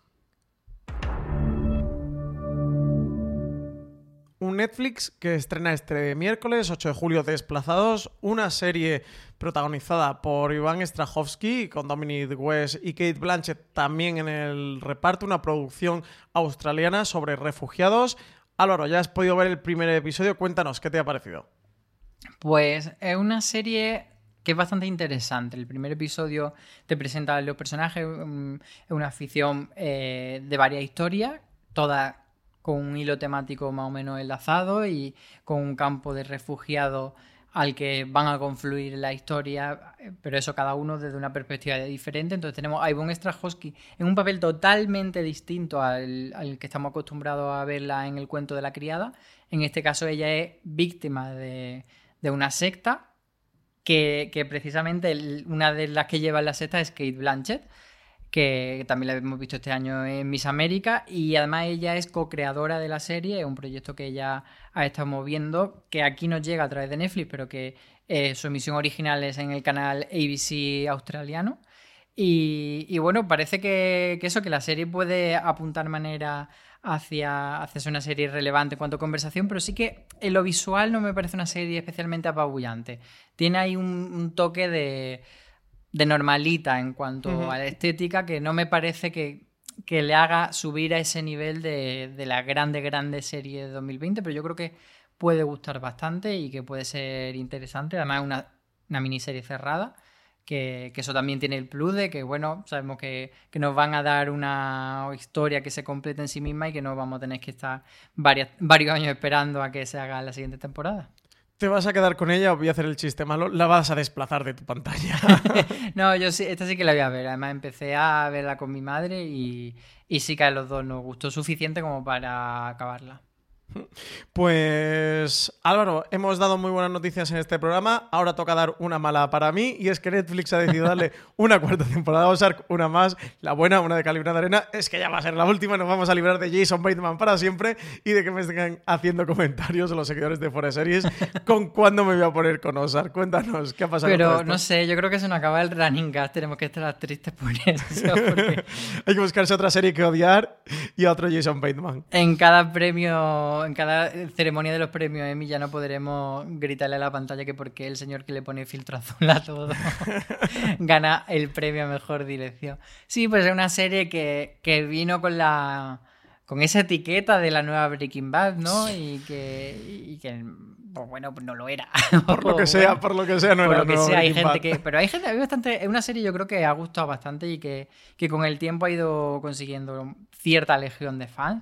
Un Netflix que estrena este miércoles 8 de julio Desplazados, una serie protagonizada por Iván Strahovski con Dominic West y Cate Blanchett también en el reparto, una producción australiana sobre refugiados. Álvaro, ya has podido ver el primer episodio, cuéntanos, ¿qué te ha parecido? Pues es una serie que es bastante interesante. El primer episodio te presenta a los personajes, es una ficción de varias historias, todas con un hilo temático más o menos enlazado y con un campo de refugiados al que van a confluir la historia, pero eso cada uno desde una perspectiva diferente. Entonces tenemos a Ivonne Strahovski en un papel totalmente distinto al que estamos acostumbrados a verla en El cuento de la criada. En este caso ella es víctima de una secta que precisamente una de las que lleva la secta es Cate Blanchett, que también la hemos visto este año en Miss América, y además ella es co-creadora de la serie, es un proyecto que ella ha estado moviendo, que aquí nos llega a través de Netflix, pero que su emisión original es en el canal ABC australiano. Y bueno, parece que la serie puede apuntar manera hacia ser una serie relevante en cuanto a conversación, pero sí que en lo visual no me parece una serie especialmente apabullante. Tiene ahí un toque de normalita en cuanto a la estética, que no me parece que le haga subir a ese nivel de la grande serie de 2020, pero yo creo que puede gustar bastante y que puede ser interesante. Además es una miniserie cerrada, que eso también tiene el plus de que, bueno, sabemos que nos van a dar una historia que se complete en sí misma y que no vamos a tener que estar varios años esperando a que se haga la siguiente temporada. ¿Te vas a quedar con ella o voy a hacer el chiste malo? La vas a desplazar de tu pantalla. No, yo sí, esta sí que la voy a ver. Además empecé a verla con mi madre y sí que a los dos nos gustó suficiente como para acabarla. Pues Álvaro, hemos dado muy buenas noticias en este programa. Ahora toca dar una mala para mí, y es que Netflix ha decidido darle una cuarta temporada a Ozark, una más. La buena, una de cal y una de arena, es que ya va a ser la última. Nos vamos a librar de Jason Bateman para siempre y de que me estén haciendo comentarios los seguidores de Fuera de Series con cuándo me voy a poner con Ozark. Cuéntanos, ¿qué ha pasado? Pero no sé, yo creo que se nos acaba el running gag. Tenemos que estar tristes por eso. Porque hay que buscarse otra serie que odiar y a otro Jason Bateman. En cada premio, en cada ceremonia de los premios Emmy ya no podremos gritarle a la pantalla que porque el señor que le pone filtro azul a todo gana el premio a mejor dirección. Sí, pues es una serie que vino con esa etiqueta de la nueva Breaking Bad, ¿no? Y que pues bueno, pues no lo era. Por lo que sea, no era la nueva hay Breaking gente Bad. Pero hay bastante. Es una serie yo creo que ha gustado bastante y que con el tiempo ha ido consiguiendo cierta legión de fans.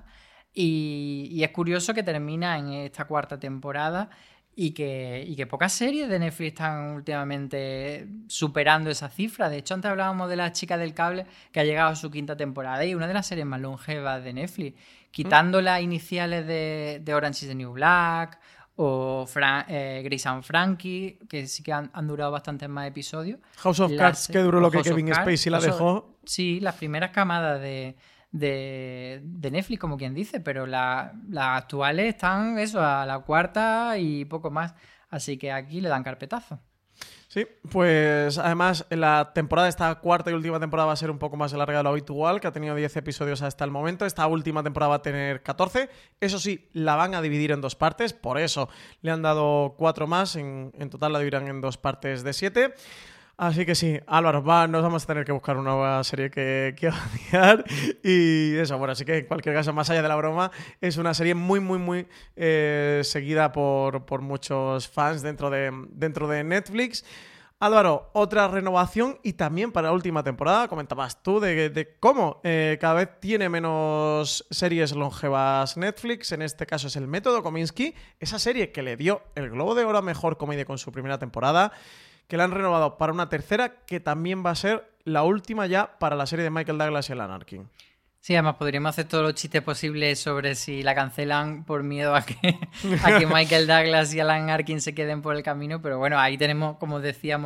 Y es curioso que termina en esta cuarta temporada y que pocas series de Netflix están últimamente superando esa cifra. De hecho, antes hablábamos de La chica del cable, que ha llegado a su quinta temporada y una de las series más longevas de Netflix, quitando las iniciales de Orange is the New Black o Grace and Frankie, que sí que han durado bastantes más episodios. House of Cards, que duró lo que Kevin Spacey la dejó. Sí, las primeras camadas de Netflix, como quien dice, pero las actuales están a la cuarta y poco más, así que aquí le dan carpetazo. Sí, pues además esta cuarta y última temporada va a ser un poco más larga de lo habitual, que ha tenido 10 episodios hasta el momento. Esta última temporada va a tener 14. Eso sí, la van a dividir en 2 partes, por eso le han dado 4 más. En total la dividirán en 2 partes de 7. Así que sí, Álvaro, nos vamos a tener que buscar una nueva serie que odiar. Y eso, bueno, así que en cualquier caso, más allá de la broma, es una serie muy, muy, muy seguida por muchos fans dentro de Netflix. Álvaro, otra renovación y también para la última temporada, comentabas tú de cómo cada vez tiene menos series longevas Netflix. En este caso es El método Kominsky, esa serie que le dio el Globo de Oro a Mejor Comedia con su primera temporada, que la han renovado para una tercera, que también va a ser la última ya para la serie de Michael Douglas y Alan Arkin. Sí, además podríamos hacer todos los chistes posibles sobre si la cancelan por miedo a que Michael Douglas y Alan Arkin se queden por el camino, pero bueno, ahí tenemos, como decíamos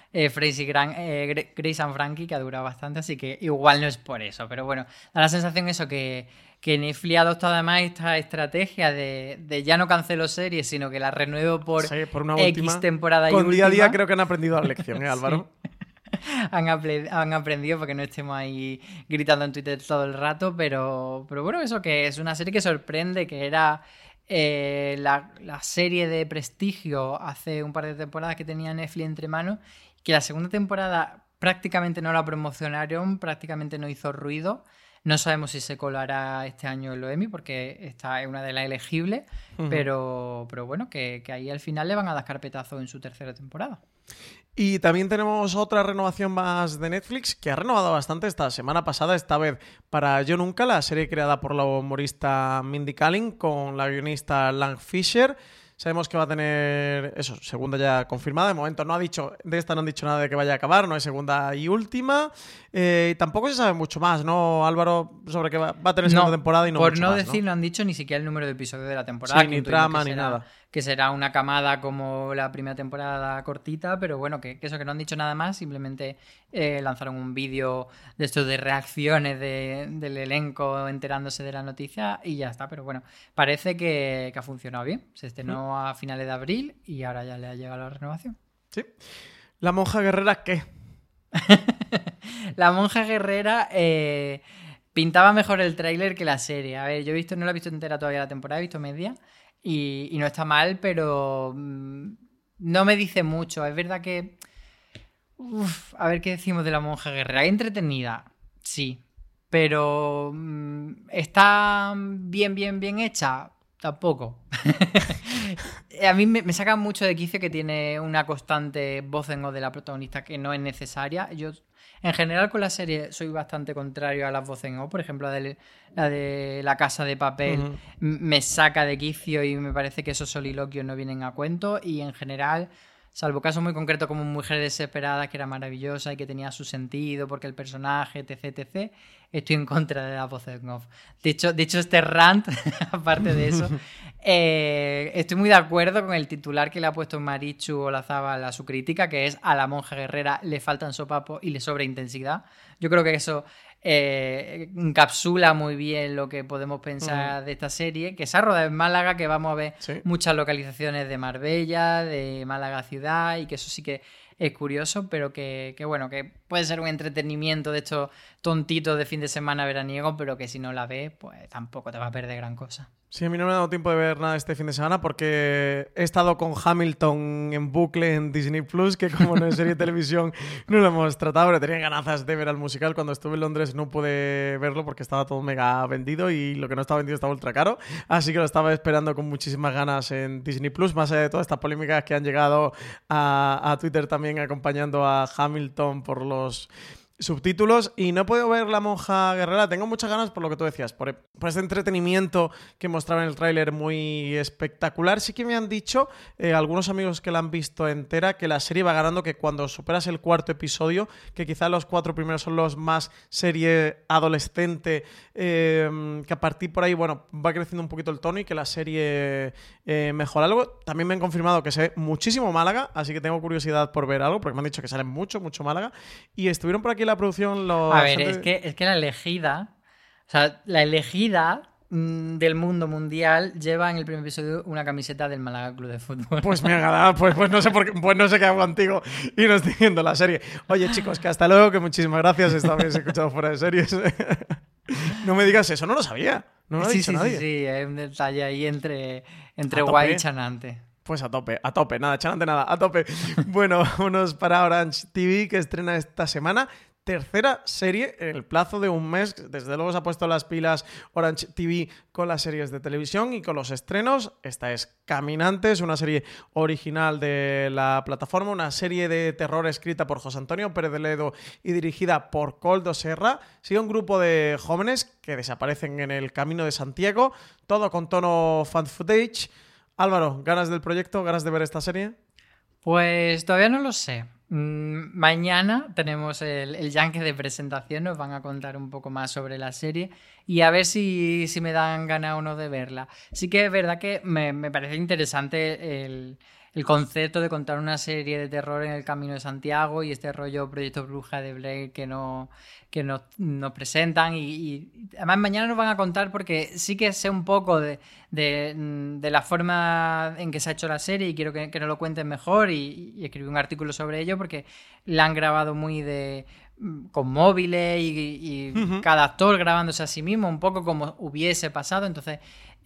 Grace and Frankie, que ha durado bastante, así que igual no es por eso. Pero bueno, da la sensación eso que Netflix ha adoptado además esta estrategia de ya no cancelo series, sino que la renuevo por una X última temporada y con última. Día a Día creo que han aprendido la lección, Álvaro. Sí. Han aprendido porque no estemos ahí gritando en Twitter todo el rato, pero bueno, eso que es una serie que sorprende, que era la serie de prestigio hace un par de temporadas que tenía Netflix entre manos, que la segunda temporada prácticamente no la promocionaron, prácticamente no hizo ruido. No sabemos si se colará este año en los Emmy porque esta es una de las elegibles, pero bueno, que ahí al final le van a dar carpetazo en su tercera temporada. Y también tenemos otra renovación más de Netflix que ha renovado bastante esta semana pasada, esta vez para Yo Nunca, la serie creada por la humorista Mindy Kaling con la guionista Lang Fisher. Sabemos que va a tener eso, segunda ya confirmada. De momento no han dicho nada de que vaya a acabar, no hay segunda y última. Y tampoco se sabe mucho más, ¿no, Álvaro? Sobre que va a tener segunda temporada y no mucho más. Por no decir, no han dicho ni siquiera el número de episodios de la temporada. Sí, ni trama ni nada. Que será una camada como la primera temporada cortita, pero bueno, que eso, que no han dicho nada más, simplemente lanzaron un vídeo de estos de reacciones del elenco enterándose de la noticia y ya está. Pero bueno, parece que ha funcionado bien. Se estrenó a finales de abril y ahora ya le ha llegado la renovación. Sí. ¿La monja guerrera qué? La monja guerrera pintaba mejor el tráiler que la serie. A ver, yo no la he visto entera todavía la temporada, he visto media. Y no está mal, pero no me dice mucho. Es verdad que... a ver qué decimos de la monja guerrera. Es entretenida, sí. Pero ¿está bien hecha? Tampoco. A mí me saca mucho de quicio que tiene una constante voz en off de la protagonista que no es necesaria. Yo, en general, con la serie soy bastante contrario a las voces en off. Por ejemplo, la de La Casa de Papel me saca de quicio y me parece que esos soliloquios no vienen a cuento. Y en general, salvo casos muy concretos como Mujer Desesperada, que era maravillosa y que tenía su sentido porque el personaje, etc, estoy en contra de las voces en off. Dicho este rant, aparte de eso, estoy muy de acuerdo con el titular que le ha puesto Marichu Olazábal a su crítica, que es: a la monja guerrera le faltan sopapos y le sobra intensidad. Yo creo que eso encapsula muy bien lo que podemos pensar de esta serie, que se ha rodado en Málaga, que vamos a ver muchas localizaciones de Marbella, de Málaga ciudad, y que eso sí que es curioso, pero que bueno, que puede ser un entretenimiento de estos tontitos de fin de semana veraniego, pero que si no la ves, pues tampoco te va a perder gran cosa. Sí, a mí no me ha dado tiempo de ver nada este fin de semana porque he estado con Hamilton en bucle en Disney Plus, que como no es serie de televisión no lo hemos tratado, pero tenía ganas de ver al musical. Cuando estuve en Londres no pude verlo porque estaba todo mega vendido y lo que no estaba vendido estaba ultra caro, así que lo estaba esperando con muchísimas ganas en Disney Plus, más allá de todas estas polémicas que han llegado a Twitter también acompañando a Hamilton por los subtítulos. Y no he podido ver La monja guerrera. Tengo muchas ganas por lo que tú decías, por este entretenimiento que mostraba en el tráiler muy espectacular. Sí que me han dicho algunos amigos que la han visto entera que la serie va ganando, que cuando superas el cuarto episodio, que quizá los 4 primeros son los más serie adolescente, que a partir por ahí, bueno, va creciendo un poquito el tono y que la serie mejora algo. También me han confirmado que se ve muchísimo Málaga, así que tengo curiosidad por ver algo, porque me han dicho que sale mucho Málaga. Y estuvieron por aquí la producción A ver, es que la elegida, o sea, la elegida del mundo mundial lleva en el primer episodio una camiseta del Málaga Club de Fútbol. Pues me ha ganado, pues no sé por qué, pues no sé qué hago contigo y no estoy viendo la serie. Oye, chicos, que hasta luego, que muchísimas gracias, esta vez he escuchado Fuera de Series. No me digas eso, no lo sabía, no me lo ha dicho nadie. Sí, hay un detalle ahí entre guay y chanante. Pues a tope, nada, chanante nada, a tope. Bueno, vámonos para Orange TV, que estrena esta semana. Tercera serie en el plazo de un mes. Desde luego se ha puesto las pilas Orange TV con las series de televisión y con los estrenos. Esta es Caminantes, una serie original de la plataforma, una serie de terror escrita por José Antonio Pérez de Ledo y dirigida por Koldo Serra. Sigue un grupo de jóvenes que desaparecen en el Camino de Santiago, todo con tono fan footage. Álvaro, ¿ganas del proyecto? ¿Ganas de ver esta serie? Pues todavía no lo sé. Mañana tenemos el Yankee de presentación, nos van a contar un poco más sobre la serie y a ver si me dan ganas o no de verla. Sí que es verdad que me parece interesante el el concepto de contar una serie de terror en el Camino de Santiago y este rollo Proyecto Bruja de Blair que nos presentan y además mañana nos van a contar, porque sí que sé un poco de la forma en que se ha hecho la serie y quiero que nos lo cuenten mejor y escribí un artículo sobre ello porque la han grabado muy con móviles y cada actor grabándose a sí mismo, un poco como hubiese pasado. Entonces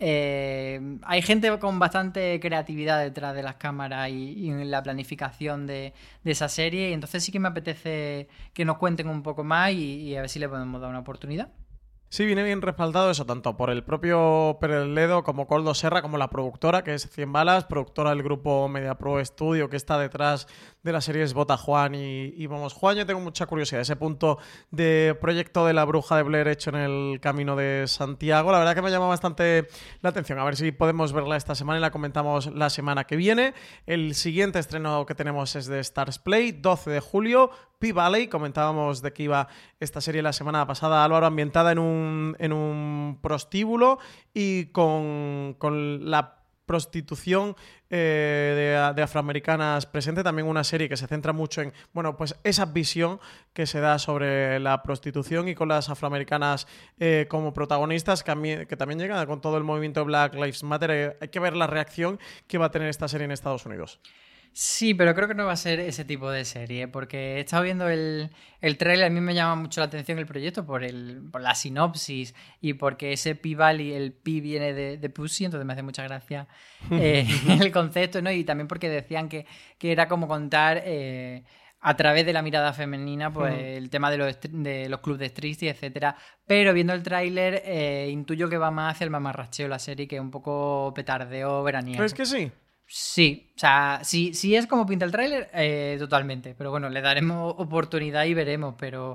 hay gente con bastante creatividad detrás de las cámaras y en la planificación de esa serie, y entonces sí que me apetece que nos cuenten un poco más y a ver si le podemos dar una oportunidad. Sí, viene bien respaldado eso, tanto por el propio Pérez Ledo como Koldo Serra, como la productora, que es 100 Balas, productora del grupo MediaPro Studio, que está detrás de las series Bota Juan y Vamos Juan. Yo tengo mucha curiosidad, ese punto de proyecto de la Bruja de Blair hecho en el Camino de Santiago. La verdad que me llama bastante la atención. A ver si podemos verla esta semana y la comentamos la semana que viene. El siguiente estreno que tenemos es de Stars Play, 12 de julio, P-Valley. Comentábamos de que iba esta serie la semana pasada, Álvaro, ambientada en un prostíbulo y con la prostitución de afroamericanas presente. También una serie que se centra mucho en, bueno, pues esa visión que se da sobre la prostitución y con las afroamericanas como protagonistas, que también llegan con todo el movimiento Black Lives Matter. Hay que ver la reacción que va a tener esta serie en Estados Unidos. Sí, pero creo que no va a ser ese tipo de serie, porque he estado viendo el tráiler. A mí me llama mucho la atención el proyecto por la sinopsis y porque ese P-Valley, el P viene de Pussy, entonces me hace mucha gracia el concepto, ¿no? Y también porque decían que era como contar a través de la mirada femenina pues el tema de los clubes de striptease, etcétera. Pero viendo el tráiler intuyo que va más hacia el mamarracheo la serie, que es un poco petardeo veraniego. ¿Crees que sí? Sí, o sea, si es como pinta el tráiler, totalmente. Pero bueno, le daremos oportunidad y veremos, pero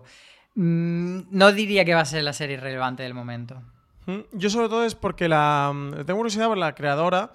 no diría que va a ser la serie relevante del momento. Yo sobre todo es porque tengo curiosidad por la creadora,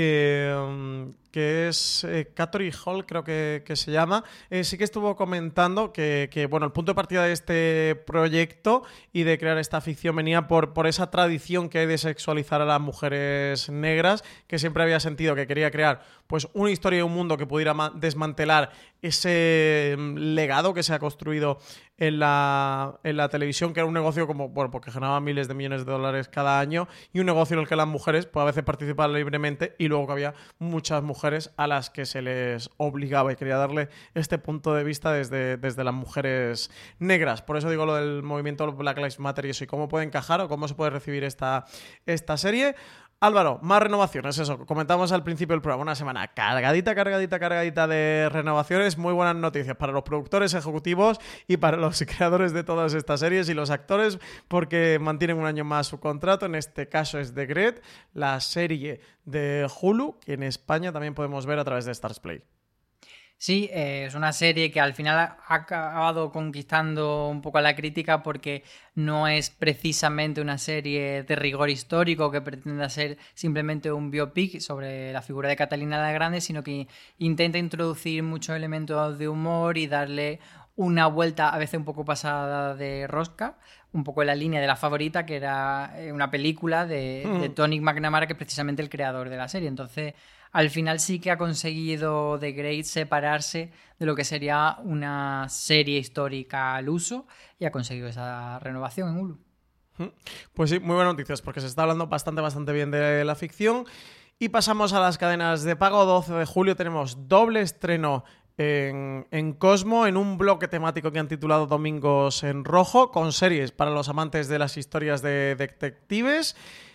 que es Catherine Hall, creo que se llama. Sí que estuvo comentando que bueno, el punto de partida de este proyecto y de crear esta ficción venía por esa tradición que hay de sexualizar a las mujeres negras, que siempre había sentido que quería crear pues una historia y un mundo que pudiera desmantelar ese legado que se ha construido en la televisión, que era un negocio como, bueno, porque generaba miles de millones de dólares cada año, y un negocio en el que las mujeres pues a veces participaban libremente, y luego que había muchas mujeres a las que se les obligaba, y quería darle este punto de vista desde las mujeres negras. Por eso digo lo del movimiento Black Lives Matter y eso, y cómo puede encajar o cómo se puede recibir esta serie. Álvaro, más renovaciones, eso, comentamos al principio del programa, una semana cargadita de renovaciones. Muy buenas noticias para los productores ejecutivos y para los creadores de todas estas series y los actores, porque mantienen un año más su contrato. En este caso es The Great, la serie de Hulu, que en España también podemos ver a través de Stars Play. Sí, es una serie que al final ha acabado conquistando un poco a la crítica porque no es precisamente una serie de rigor histórico que pretenda ser simplemente un biopic sobre la figura de Catalina la Grande, sino que intenta introducir muchos elementos de humor y darle una vuelta a veces un poco pasada de rosca, un poco en la línea de La Favorita, que era una película de Tony McNamara, que es precisamente el creador de la serie. Entonces, al final sí que ha conseguido The Great separarse de lo que sería una serie histórica al uso y ha conseguido esa renovación en Hulu. Pues sí, muy buenas noticias, porque se está hablando bastante bien de la ficción. Y pasamos a las cadenas de pago. 12 de julio tenemos doble estreno en Cosmo, en un bloque temático que han titulado Domingos en Rojo, con series para los amantes de las historias de detectives.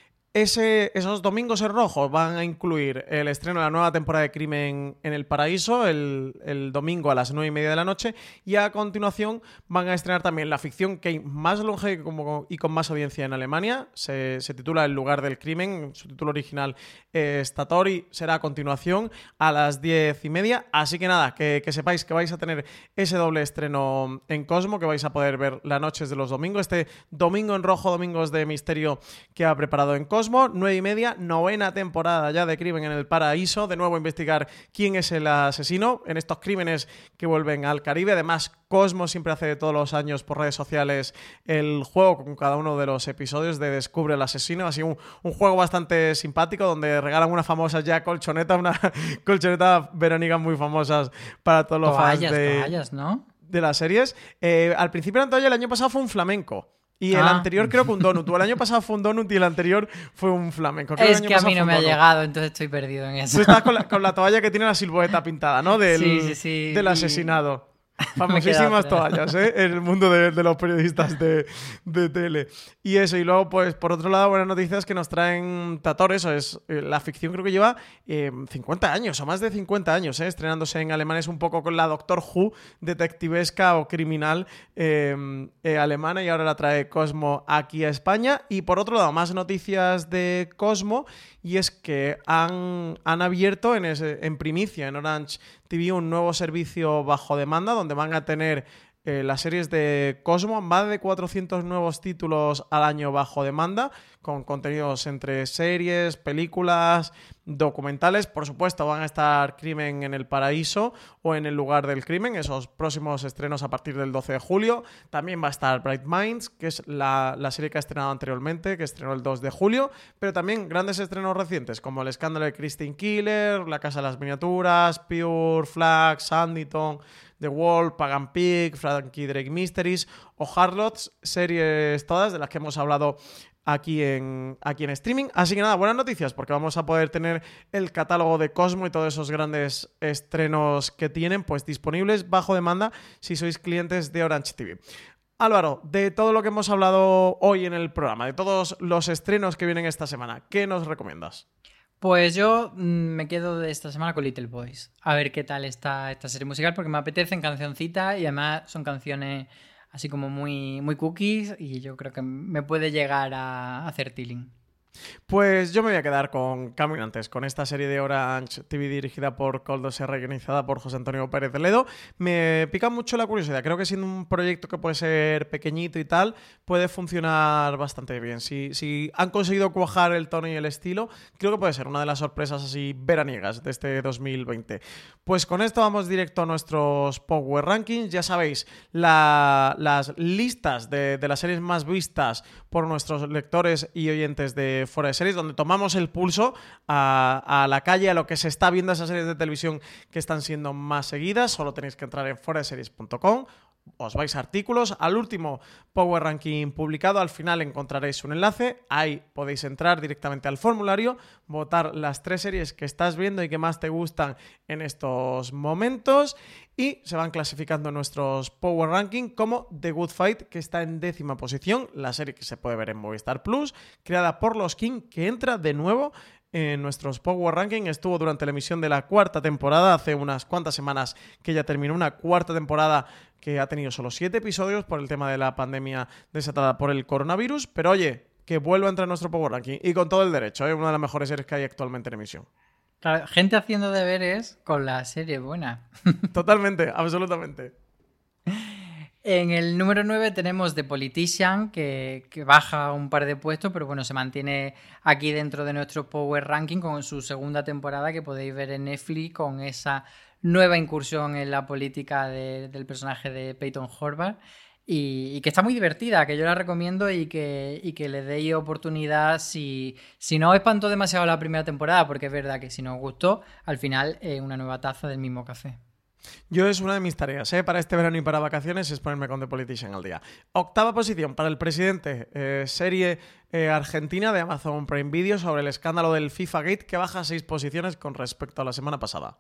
Esos domingos en rojo van a incluir el estreno de la nueva temporada de Crimen en el Paraíso el domingo a las 9:30 de la noche, y a continuación van a estrenar también la ficción que hay más longeva y con más audiencia en Alemania. Se titula El lugar del crimen, su título original Statori, será a continuación a las 10:30. Así que nada, que sepáis que vais a tener ese doble estreno en Cosmo, que vais a poder ver las noches de los domingos, este domingo en rojo, domingos de misterio que ha preparado en Cosmo. Cosmo, 9:30, 9ª temporada ya de Crimen en el Paraíso. De nuevo investigar quién es el asesino en estos crímenes que vuelven al Caribe. Además, Cosmo siempre hace todos los años por redes sociales el juego con cada uno de los episodios de Descubre al asesino. Así un juego bastante simpático donde regalan una famosa ya colchoneta, una colchoneta verónica muy famosas para todos los fans toallas, ¿no? de las series. Al principio eran toallas, el año pasado fue un flamenco. Y el anterior creo que un donut. O el año pasado fue un donut y el anterior fue un flamenco. Creo es que a mí no me ha llegado, entonces estoy perdido en eso. Tú estás con la toalla que tiene la silueta pintada, ¿no? Del asesinado. Famosísimas toallas, ¿eh? En el mundo de los periodistas de tele. Y eso, y luego, pues, por otro lado, buenas noticias que nos traen Tator. Eso es, la ficción creo que lleva 50 años, o más de 50 años, estrenándose en alemán. Es un poco con la Doctor Who, detectivesca o criminal alemana, y ahora la trae Cosmo aquí a España. Y por otro lado, más noticias de Cosmo, y es que han abierto en primicia en Orange TV un nuevo servicio bajo demanda donde van a tener las series de Cosmo, más de 400 nuevos títulos al año bajo demanda, con contenidos entre series, películas, documentales. Por supuesto, van a estar Crimen en el Paraíso o En el lugar del crimen, esos próximos estrenos a partir del 12 de julio. También va a estar Bright Minds, que es la serie que ha estrenado anteriormente, que estrenó el 2 de julio, pero también grandes estrenos recientes, como El escándalo de Christine Killer, La casa de las miniaturas, Pure, Flag, Sanditon, The Wall, Pagan Pig, Frankie Drake Mysteries o Harlots, series todas de las que hemos hablado aquí en streaming. Así que nada, buenas noticias, porque vamos a poder tener el catálogo de Cosmo y todos esos grandes estrenos que tienen, pues disponibles bajo demanda si sois clientes de Orange TV. Álvaro, de todo lo que hemos hablado hoy en el programa, de todos los estrenos que vienen esta semana, ¿qué nos recomiendas? Pues yo me quedo de esta semana con Little Boys. A ver qué tal está esta serie musical, porque me apetecen cancioncitas y además son canciones así como muy, muy cookies y yo creo que me puede llegar a hacer tiling. Pues yo me voy a quedar con Caminantes, con esta serie de Orange TV dirigida por Koldo Serra y organizada por José Antonio Pérez de Ledo. Me pica mucho la curiosidad. Creo que siendo un proyecto que puede ser pequeñito y tal, puede funcionar bastante bien. Si han conseguido cuajar el tono y el estilo, creo que puede ser una de las sorpresas así veraniegas de este 2020. Pues con esto vamos directo a nuestros Power Rankings. Ya sabéis, las listas de las series más vistas por nuestros lectores y oyentes de Fuera de Series, donde tomamos el pulso a la calle, a lo que se está viendo, esas series de televisión que están siendo más seguidas. Solo tenéis que entrar en fueradeseries.com, os vais a artículos, al último Power Ranking publicado, al final encontraréis un enlace, ahí podéis entrar directamente al formulario, votar las 3 series que estás viendo y que más te gustan en estos momentos, y se van clasificando nuestros Power Ranking como The Good Fight, que está en 10ª posición, la serie que se puede ver en Movistar Plus, creada por Los King, que entra de nuevo en nuestros Power Ranking. Estuvo durante la emisión de la 4ª temporada, hace unas cuantas semanas que ya terminó una 4ª temporada que ha tenido solo 7 episodios por el tema de la pandemia desatada por el coronavirus, pero oye, que vuelva a entrar en nuestro Power Ranking y con todo el derecho, una de las mejores series que hay actualmente en emisión. Claro, gente haciendo deberes con la serie buena. Totalmente, absolutamente. En el número 9 tenemos The Politician, que baja un par de puestos, pero bueno, se mantiene aquí dentro de nuestro Power Ranking con su 2ª temporada que podéis ver en Netflix, con esa nueva incursión en la política del personaje de Peyton Horvath y que está muy divertida, que yo la recomiendo y que le deis oportunidad si no os espantó demasiado la primera temporada, porque es verdad que si no os gustó, al final una nueva taza del mismo café. Yo es una de mis tareas, para este verano y para vacaciones, es ponerme con The Politician al día. 8ª posición para El Presidente, serie argentina de Amazon Prime Video sobre el escándalo del FIFA Gate, que baja 6 posiciones con respecto a la semana pasada.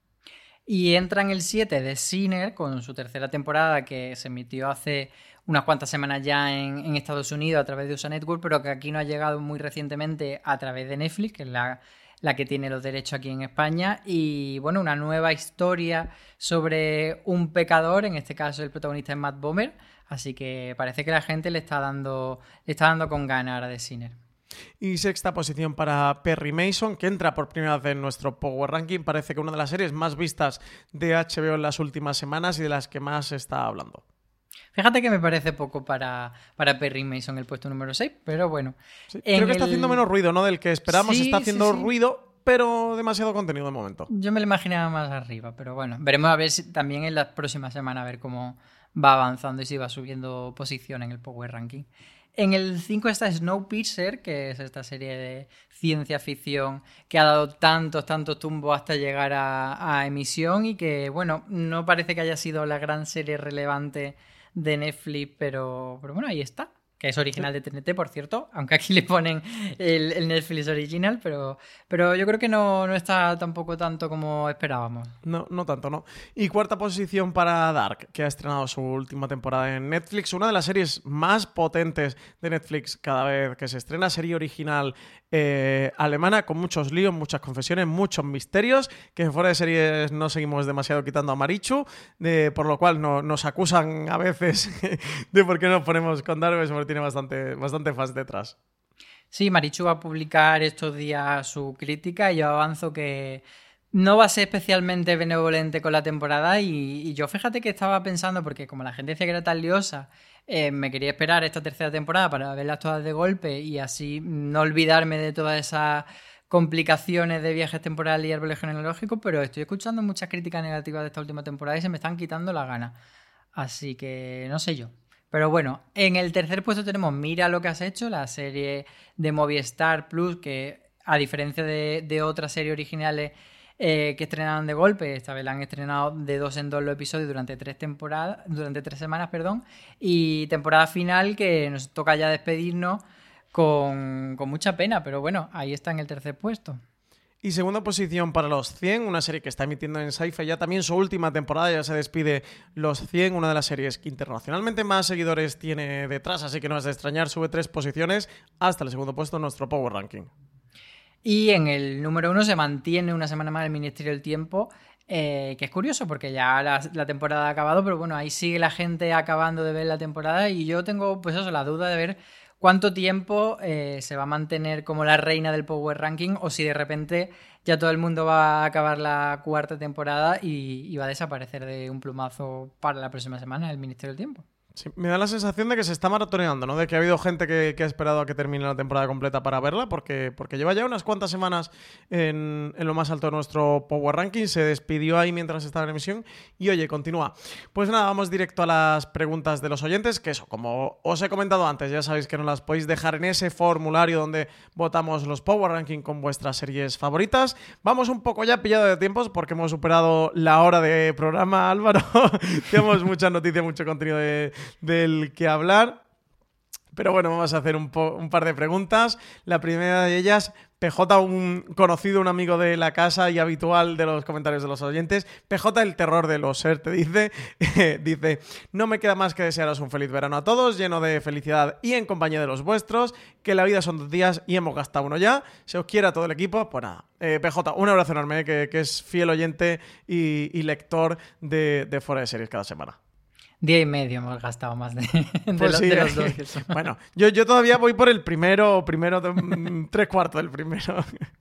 Y entra en el 7 de Sinner con su 3ª temporada, que se emitió hace unas cuantas semanas ya en Estados Unidos a través de USA Network, pero que aquí no ha llegado muy recientemente a través de Netflix, que es la que tiene los derechos aquí en España. Y bueno, una nueva historia sobre un pecador, en este caso el protagonista es Matt Bomer, así que parece que la gente le está dando con ganas ahora de Sinner. Y 6ª posición para Perry Mason, que entra por primera vez en nuestro Power Ranking. Parece que una de las series más vistas de HBO en las últimas semanas y de las que más se está hablando. Fíjate que me parece poco para Perry Mason el puesto número 6, pero bueno. Sí, creo que está haciendo menos ruido, ¿no? Del que esperamos, Sí, está haciendo sí. ruido, pero demasiado contenido de momento. Yo me lo imaginaba más arriba, pero bueno, veremos a ver si también en las próximas semanas a ver cómo va avanzando y si va subiendo posición en el Power Ranking. En el 5 está Snowpiercer, que es esta serie de ciencia ficción que ha dado tantos tumbos hasta llegar a emisión y que, bueno, no parece que haya sido la gran serie relevante de Netflix, pero bueno, ahí está. Que es original de TNT, por cierto, aunque aquí le ponen el Netflix original, pero yo creo que no está tampoco tanto como esperábamos. No, no tanto, ¿no? Y cuarta posición para Dark, que ha estrenado su última temporada en Netflix, una de las series más potentes de Netflix cada vez que se estrena, serie original alemana, con muchos líos, muchas confesiones, muchos misterios, que fuera de series no seguimos demasiado quitando a Marichu, por lo cual nos acusan a veces de por qué nos ponemos con Dark, porque tiene bastante fans detrás. Sí, Marichu va a publicar estos días su crítica y yo avanzo que no va a ser especialmente benevolente con la temporada y yo fíjate que estaba pensando, porque como la gente decía que era tan liosa, me quería esperar esta tercera temporada para verlas todas de golpe y así no olvidarme de todas esas complicaciones de viajes temporales y árboles genealógicos, pero estoy escuchando muchas críticas negativas de esta última temporada y se me están quitando la gana. Así que no sé yo. Pero bueno, en el tercer puesto tenemos Mira lo que has hecho, la serie de Movistar Plus, que a diferencia de otras series originales que estrenaron de golpe, esta vez la han estrenado de 2 en 2 los episodios durante 3 semanas, y temporada final que nos toca ya despedirnos con mucha pena, pero bueno, ahí está en el tercer puesto. Y segunda posición para Los 100, una serie que está emitiendo en Syfy ya también su última temporada, ya se despide Los 100, una de las series que internacionalmente más seguidores tiene detrás, así que no es de extrañar, sube 3 posiciones hasta el segundo puesto en nuestro Power Ranking. Y en el número 1 se mantiene una semana más el Ministerio del Tiempo, que es curioso porque ya la temporada ha acabado, pero bueno, ahí sigue la gente acabando de ver la temporada y yo tengo pues eso, la duda de ver cuánto tiempo se va a mantener como la reina del Power Ranking o si de repente ya todo el mundo va a acabar la cuarta temporada y va a desaparecer de un plumazo para la próxima semana el Ministerio del Tiempo. Sí, me da la sensación de que se está maratoneando, ¿no? De que ha habido gente que ha esperado a que termine la temporada completa para verla, porque lleva ya unas cuantas semanas en lo más alto de nuestro Power Ranking. Se despidió ahí mientras estaba en emisión. Y oye, continúa. Pues nada, vamos directo a las preguntas de los oyentes, que eso, como os he comentado antes, ya sabéis que nos las podéis dejar en ese formulario donde votamos los Power Ranking con vuestras series favoritas. Vamos un poco ya pillado de tiempos porque hemos superado la hora de programa, Álvaro. Tenemos muchas noticias, mucho contenido del que hablar, pero bueno, vamos a hacer un par de preguntas. La primera de ellas, PJ, un conocido, un amigo de la casa y habitual de los comentarios de los oyentes. PJ, el terror de los ser, te dice, dice, no me queda más que desearos un feliz verano a todos, lleno de felicidad y en compañía de los vuestros, que la vida son 2 días y hemos gastado uno ya. Se os quiere a todo el equipo. Pues nada, PJ, un abrazo enorme, que es fiel oyente y lector de Fuera de Series cada semana. 10 y medio hemos gastado más de pues sí, los dos. Que son. Bueno, yo todavía voy por el primero 3/4 del primero.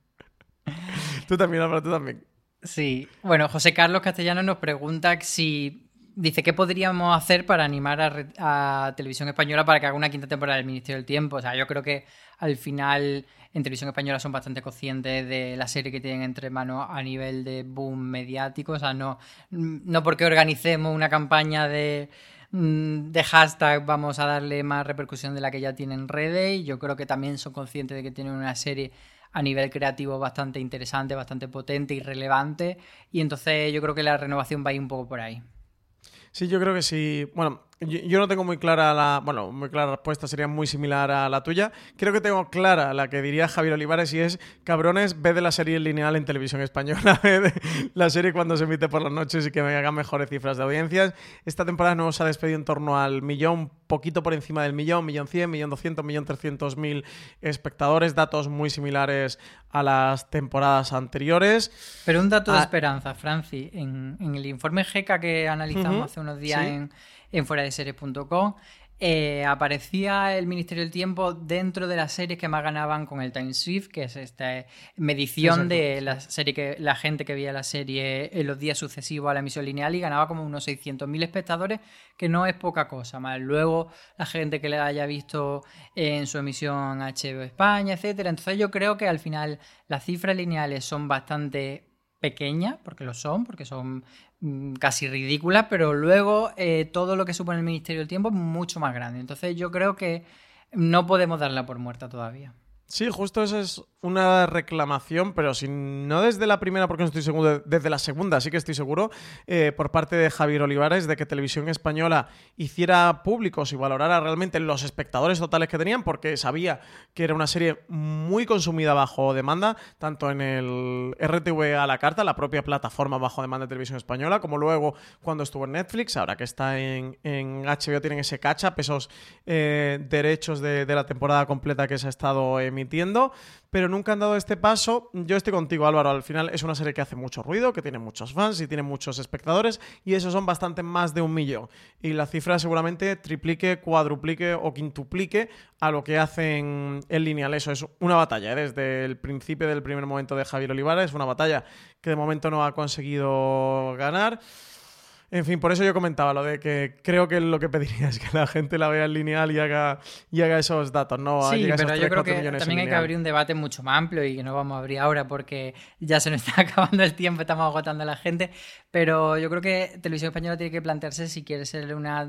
Tú también, Álvaro, tú también. Sí, bueno, José Carlos Castellano nos pregunta si dice qué podríamos hacer para animar a Televisión Española para que haga una 5ª temporada del Ministerio del Tiempo. O sea, yo creo que al final en Televisión Española son bastante conscientes de la serie que tienen entre manos a nivel de boom mediático. O sea, no porque organicemos una campaña de hashtag vamos a darle más repercusión de la que ya tienen en redes. Y yo creo que también son conscientes de que tienen una serie a nivel creativo bastante interesante, bastante potente y relevante. Y entonces yo creo que la renovación va a ir un poco por ahí. Sí, yo creo que sí. Bueno, yo no tengo muy clara muy clara respuesta, sería muy similar a la tuya. Creo que tengo clara la que diría Javier Olivares y es, cabrones, ve de la serie lineal en Televisión Española, ve de la serie cuando se emite por las noches y que me hagan mejores cifras de audiencias. Esta temporada nos ha despedido en torno al 1.000.000, poquito por encima del 1.100.000, 1.200.000, 1.300.000 espectadores, datos muy similares a las temporadas anteriores. Pero un dato de esperanza, Franci, en el informe GECA que analizamos hace unos días, ¿sí?, en fueradeseries.com, aparecía el Ministerio del Tiempo dentro de las series que más ganaban con el Time Shift, que es esta medición de la gente que veía la serie en los días sucesivos a la emisión lineal, y ganaba como unos 600.000 espectadores, que no es poca cosa. Más luego la gente que la haya visto en su emisión HBO España, etcétera. Entonces yo creo que al final las cifras lineales son bastante pequeñas, porque son casi ridículas, pero luego todo lo que supone el Ministerio del Tiempo es mucho más grande. Entonces yo creo que no podemos darla por muerta todavía. Sí, justo esa es una reclamación, pero no desde la primera, porque no estoy seguro, desde la segunda sí que estoy seguro, por parte de Javier Olivares, de que Televisión Española hiciera públicos y valorara realmente los espectadores totales que tenían, porque sabía que era una serie muy consumida bajo demanda, tanto en el RTV a la carta, la propia plataforma bajo demanda de Televisión Española, como luego cuando estuvo en Netflix. Ahora que está en HBO tienen ese catch-up, esos derechos de la temporada completa que se ha estado emitiendo, pero nunca han dado este paso. Yo estoy contigo, Álvaro, al final es una serie que hace mucho ruido, que tiene muchos fans y tiene muchos espectadores, y esos son bastante más de 1 millón, y la cifra seguramente triplique, cuadruplique o quintuplique a lo que hacen en lineal. Eso es una batalla, desde el principio del primer momento de Javier Olivares, una batalla que de momento no ha conseguido ganar. En fin, por eso yo comentaba lo de que creo que lo que pediría es que la gente la vea en lineal y haga esos datos, ¿no? Sí, pero yo creo que también hay que abrir un debate mucho más amplio, y que no vamos a abrir ahora porque ya se nos está acabando el tiempo, estamos agotando a la gente, pero yo creo que Televisión Española tiene que plantearse si quiere ser una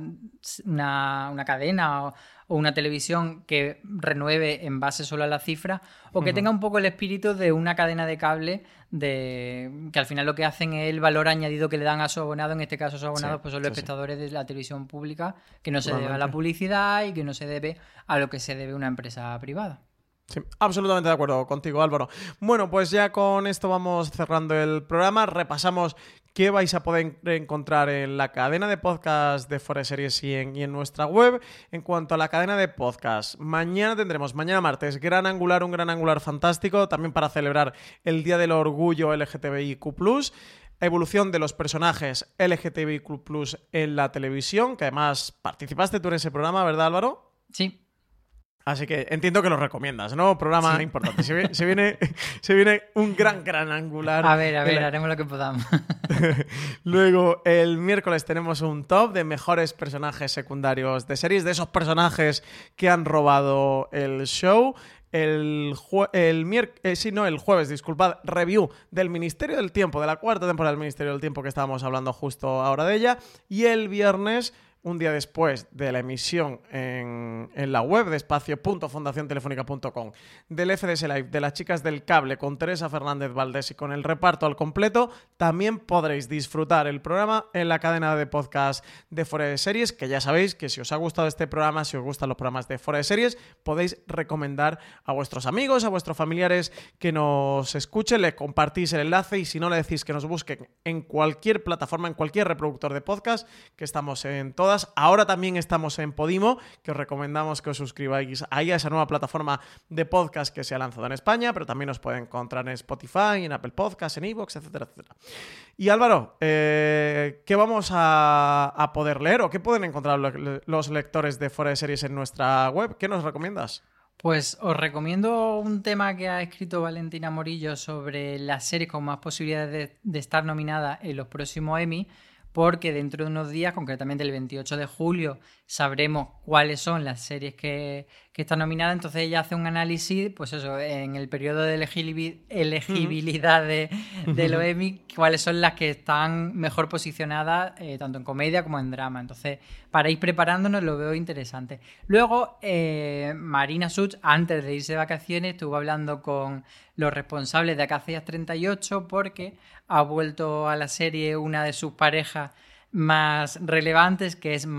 cadena o una televisión que renueve en base solo a la cifra, o que tenga un poco el espíritu de una cadena de cable, que al final lo que hacen es el valor añadido que le dan a su abonado. En este caso, sus abonados pues son los espectadores de la televisión pública, que no se debe a la publicidad y que no se debe a lo que se debe a una empresa privada. Sí, absolutamente de acuerdo contigo, Álvaro. Bueno, pues ya con esto vamos cerrando el programa. Repasamos qué vais a poder encontrar en la cadena de podcast de Fuera de Series y en nuestra web. En cuanto a la cadena de podcast, mañana martes, un gran angular fantástico, también para celebrar el Día del Orgullo LGTBIQ+. Evolución de los personajes LGTBIQ+ en la televisión, que además participaste tú en ese programa, ¿verdad, Álvaro? Sí. Así que entiendo que lo recomiendas, ¿no? Programa importante. Se viene un gran angular. A ver, haremos lo que podamos. Luego, el miércoles tenemos un top de mejores personajes secundarios de series, de esos personajes que han robado el show. El jueves, disculpad, review del Ministerio del Tiempo, de la 4ª temporada del Ministerio del Tiempo, que estábamos hablando justo ahora de ella. Y el viernes, un día después de la emisión en la web de espacio.fundaciontelefónica.com del FDS Live de las chicas del cable con Teresa Fernández Valdés y con el reparto al completo, también podréis disfrutar el programa en la cadena de podcast de Fuera de Series, que ya sabéis que si os ha gustado este programa, si os gustan los programas de Fuera de Series, podéis recomendar a vuestros amigos, a vuestros familiares que nos escuchen, le compartís el enlace, y si no, le decís que nos busquen en cualquier plataforma, en cualquier reproductor de podcast, que estamos en todas. Ahora también estamos en Podimo, que os recomendamos que os suscribáis ahí a esa nueva plataforma de podcast que se ha lanzado en España, pero también os pueden encontrar en Spotify, en Apple Podcasts, en iVoox, etcétera. Y Álvaro, ¿qué vamos a poder leer o qué pueden encontrar los lectores de Fuera de Series en nuestra web? ¿Qué nos recomiendas? Pues os recomiendo un tema que ha escrito Valentina Morillo sobre las series con más posibilidades de estar nominadas en los próximos Emmy, porque dentro de unos días, concretamente el 28 de julio, sabremos cuáles son las series que están nominadas. Entonces ella hace un análisis, pues eso, en el periodo de elegibilidad de los Emmy, cuáles son las que están mejor posicionadas, tanto en comedia como en drama. Entonces, para ir preparándonos, lo veo interesante. Luego, Marina Such, antes de irse de vacaciones, estuvo hablando con los responsables de Acacias 38, porque ha vuelto a la serie una de sus parejas más relevantes, que es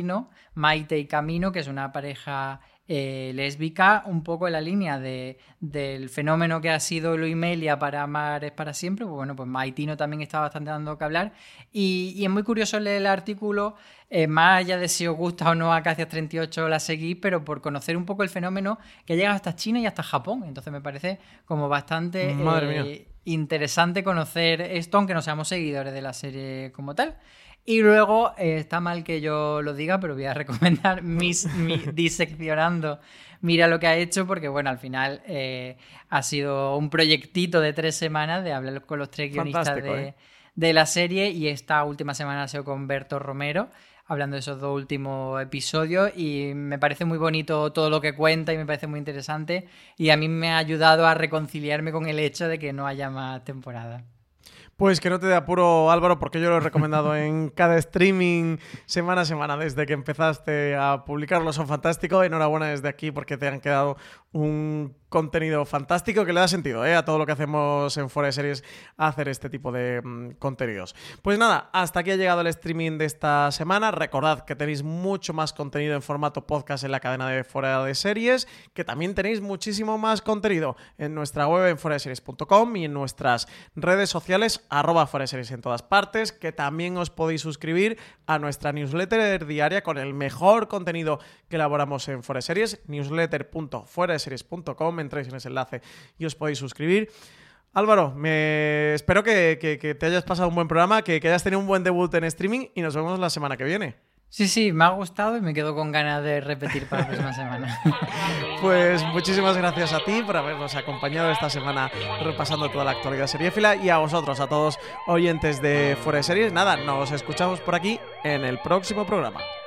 Maite y Camino, que es una pareja lésbica, un poco en la línea del fenómeno que ha sido Luimelia para Amar es para siempre. Pues bueno, pues Maitino también está bastante dando que hablar, y es muy curioso leer el artículo, más allá de si os gusta o no Acacias 38 la seguís, pero por conocer un poco el fenómeno que llega hasta China y hasta Japón. Entonces me parece como bastante interesante conocer esto, aunque no seamos seguidores de la serie como tal. Y luego, está mal que yo lo diga, pero voy a recomendar Diseccionando. Mira lo que ha hecho, porque bueno, al final ha sido un proyectito de 3 semanas de hablar con los 3 guionistas de la serie, y esta última semana ha sido con Berto Romero, hablando de esos 2 últimos episodios, y me parece muy bonito todo lo que cuenta y me parece muy interesante, y a mí me ha ayudado a reconciliarme con el hecho de que no haya más temporada. Pues que no te dé apuro, Álvaro, porque yo lo he recomendado en cada streaming semana a semana desde que empezaste a publicarlo. Son fantásticos. Enhorabuena desde aquí porque te han quedado un contenido fantástico que le da sentido a todo lo que hacemos en Fuera de Series, hacer este tipo de contenidos. Pues nada, hasta aquí ha llegado el streaming de esta semana. Recordad que tenéis mucho más contenido en formato podcast en la cadena de Fuera de Series, que también tenéis muchísimo más contenido en nuestra web en fueradeseries.com y en nuestras redes sociales @fueradeseries en todas partes, que también os podéis suscribir a nuestra newsletter diaria con el mejor contenido que elaboramos en Fuera de Series, newsletter.fueradeseries.com. Entréis en ese enlace y os podéis suscribir. Álvaro, espero que te hayas pasado un buen programa, que hayas tenido un buen debut en streaming y nos vemos la semana que viene. Sí, me ha gustado y me quedo con ganas de repetir para la próxima semana. Pues muchísimas gracias a ti por habernos acompañado esta semana repasando toda la actualidad seriéfila, y a vosotros, a todos oyentes de Fuera de Series. Nada, nos escuchamos por aquí en el próximo programa.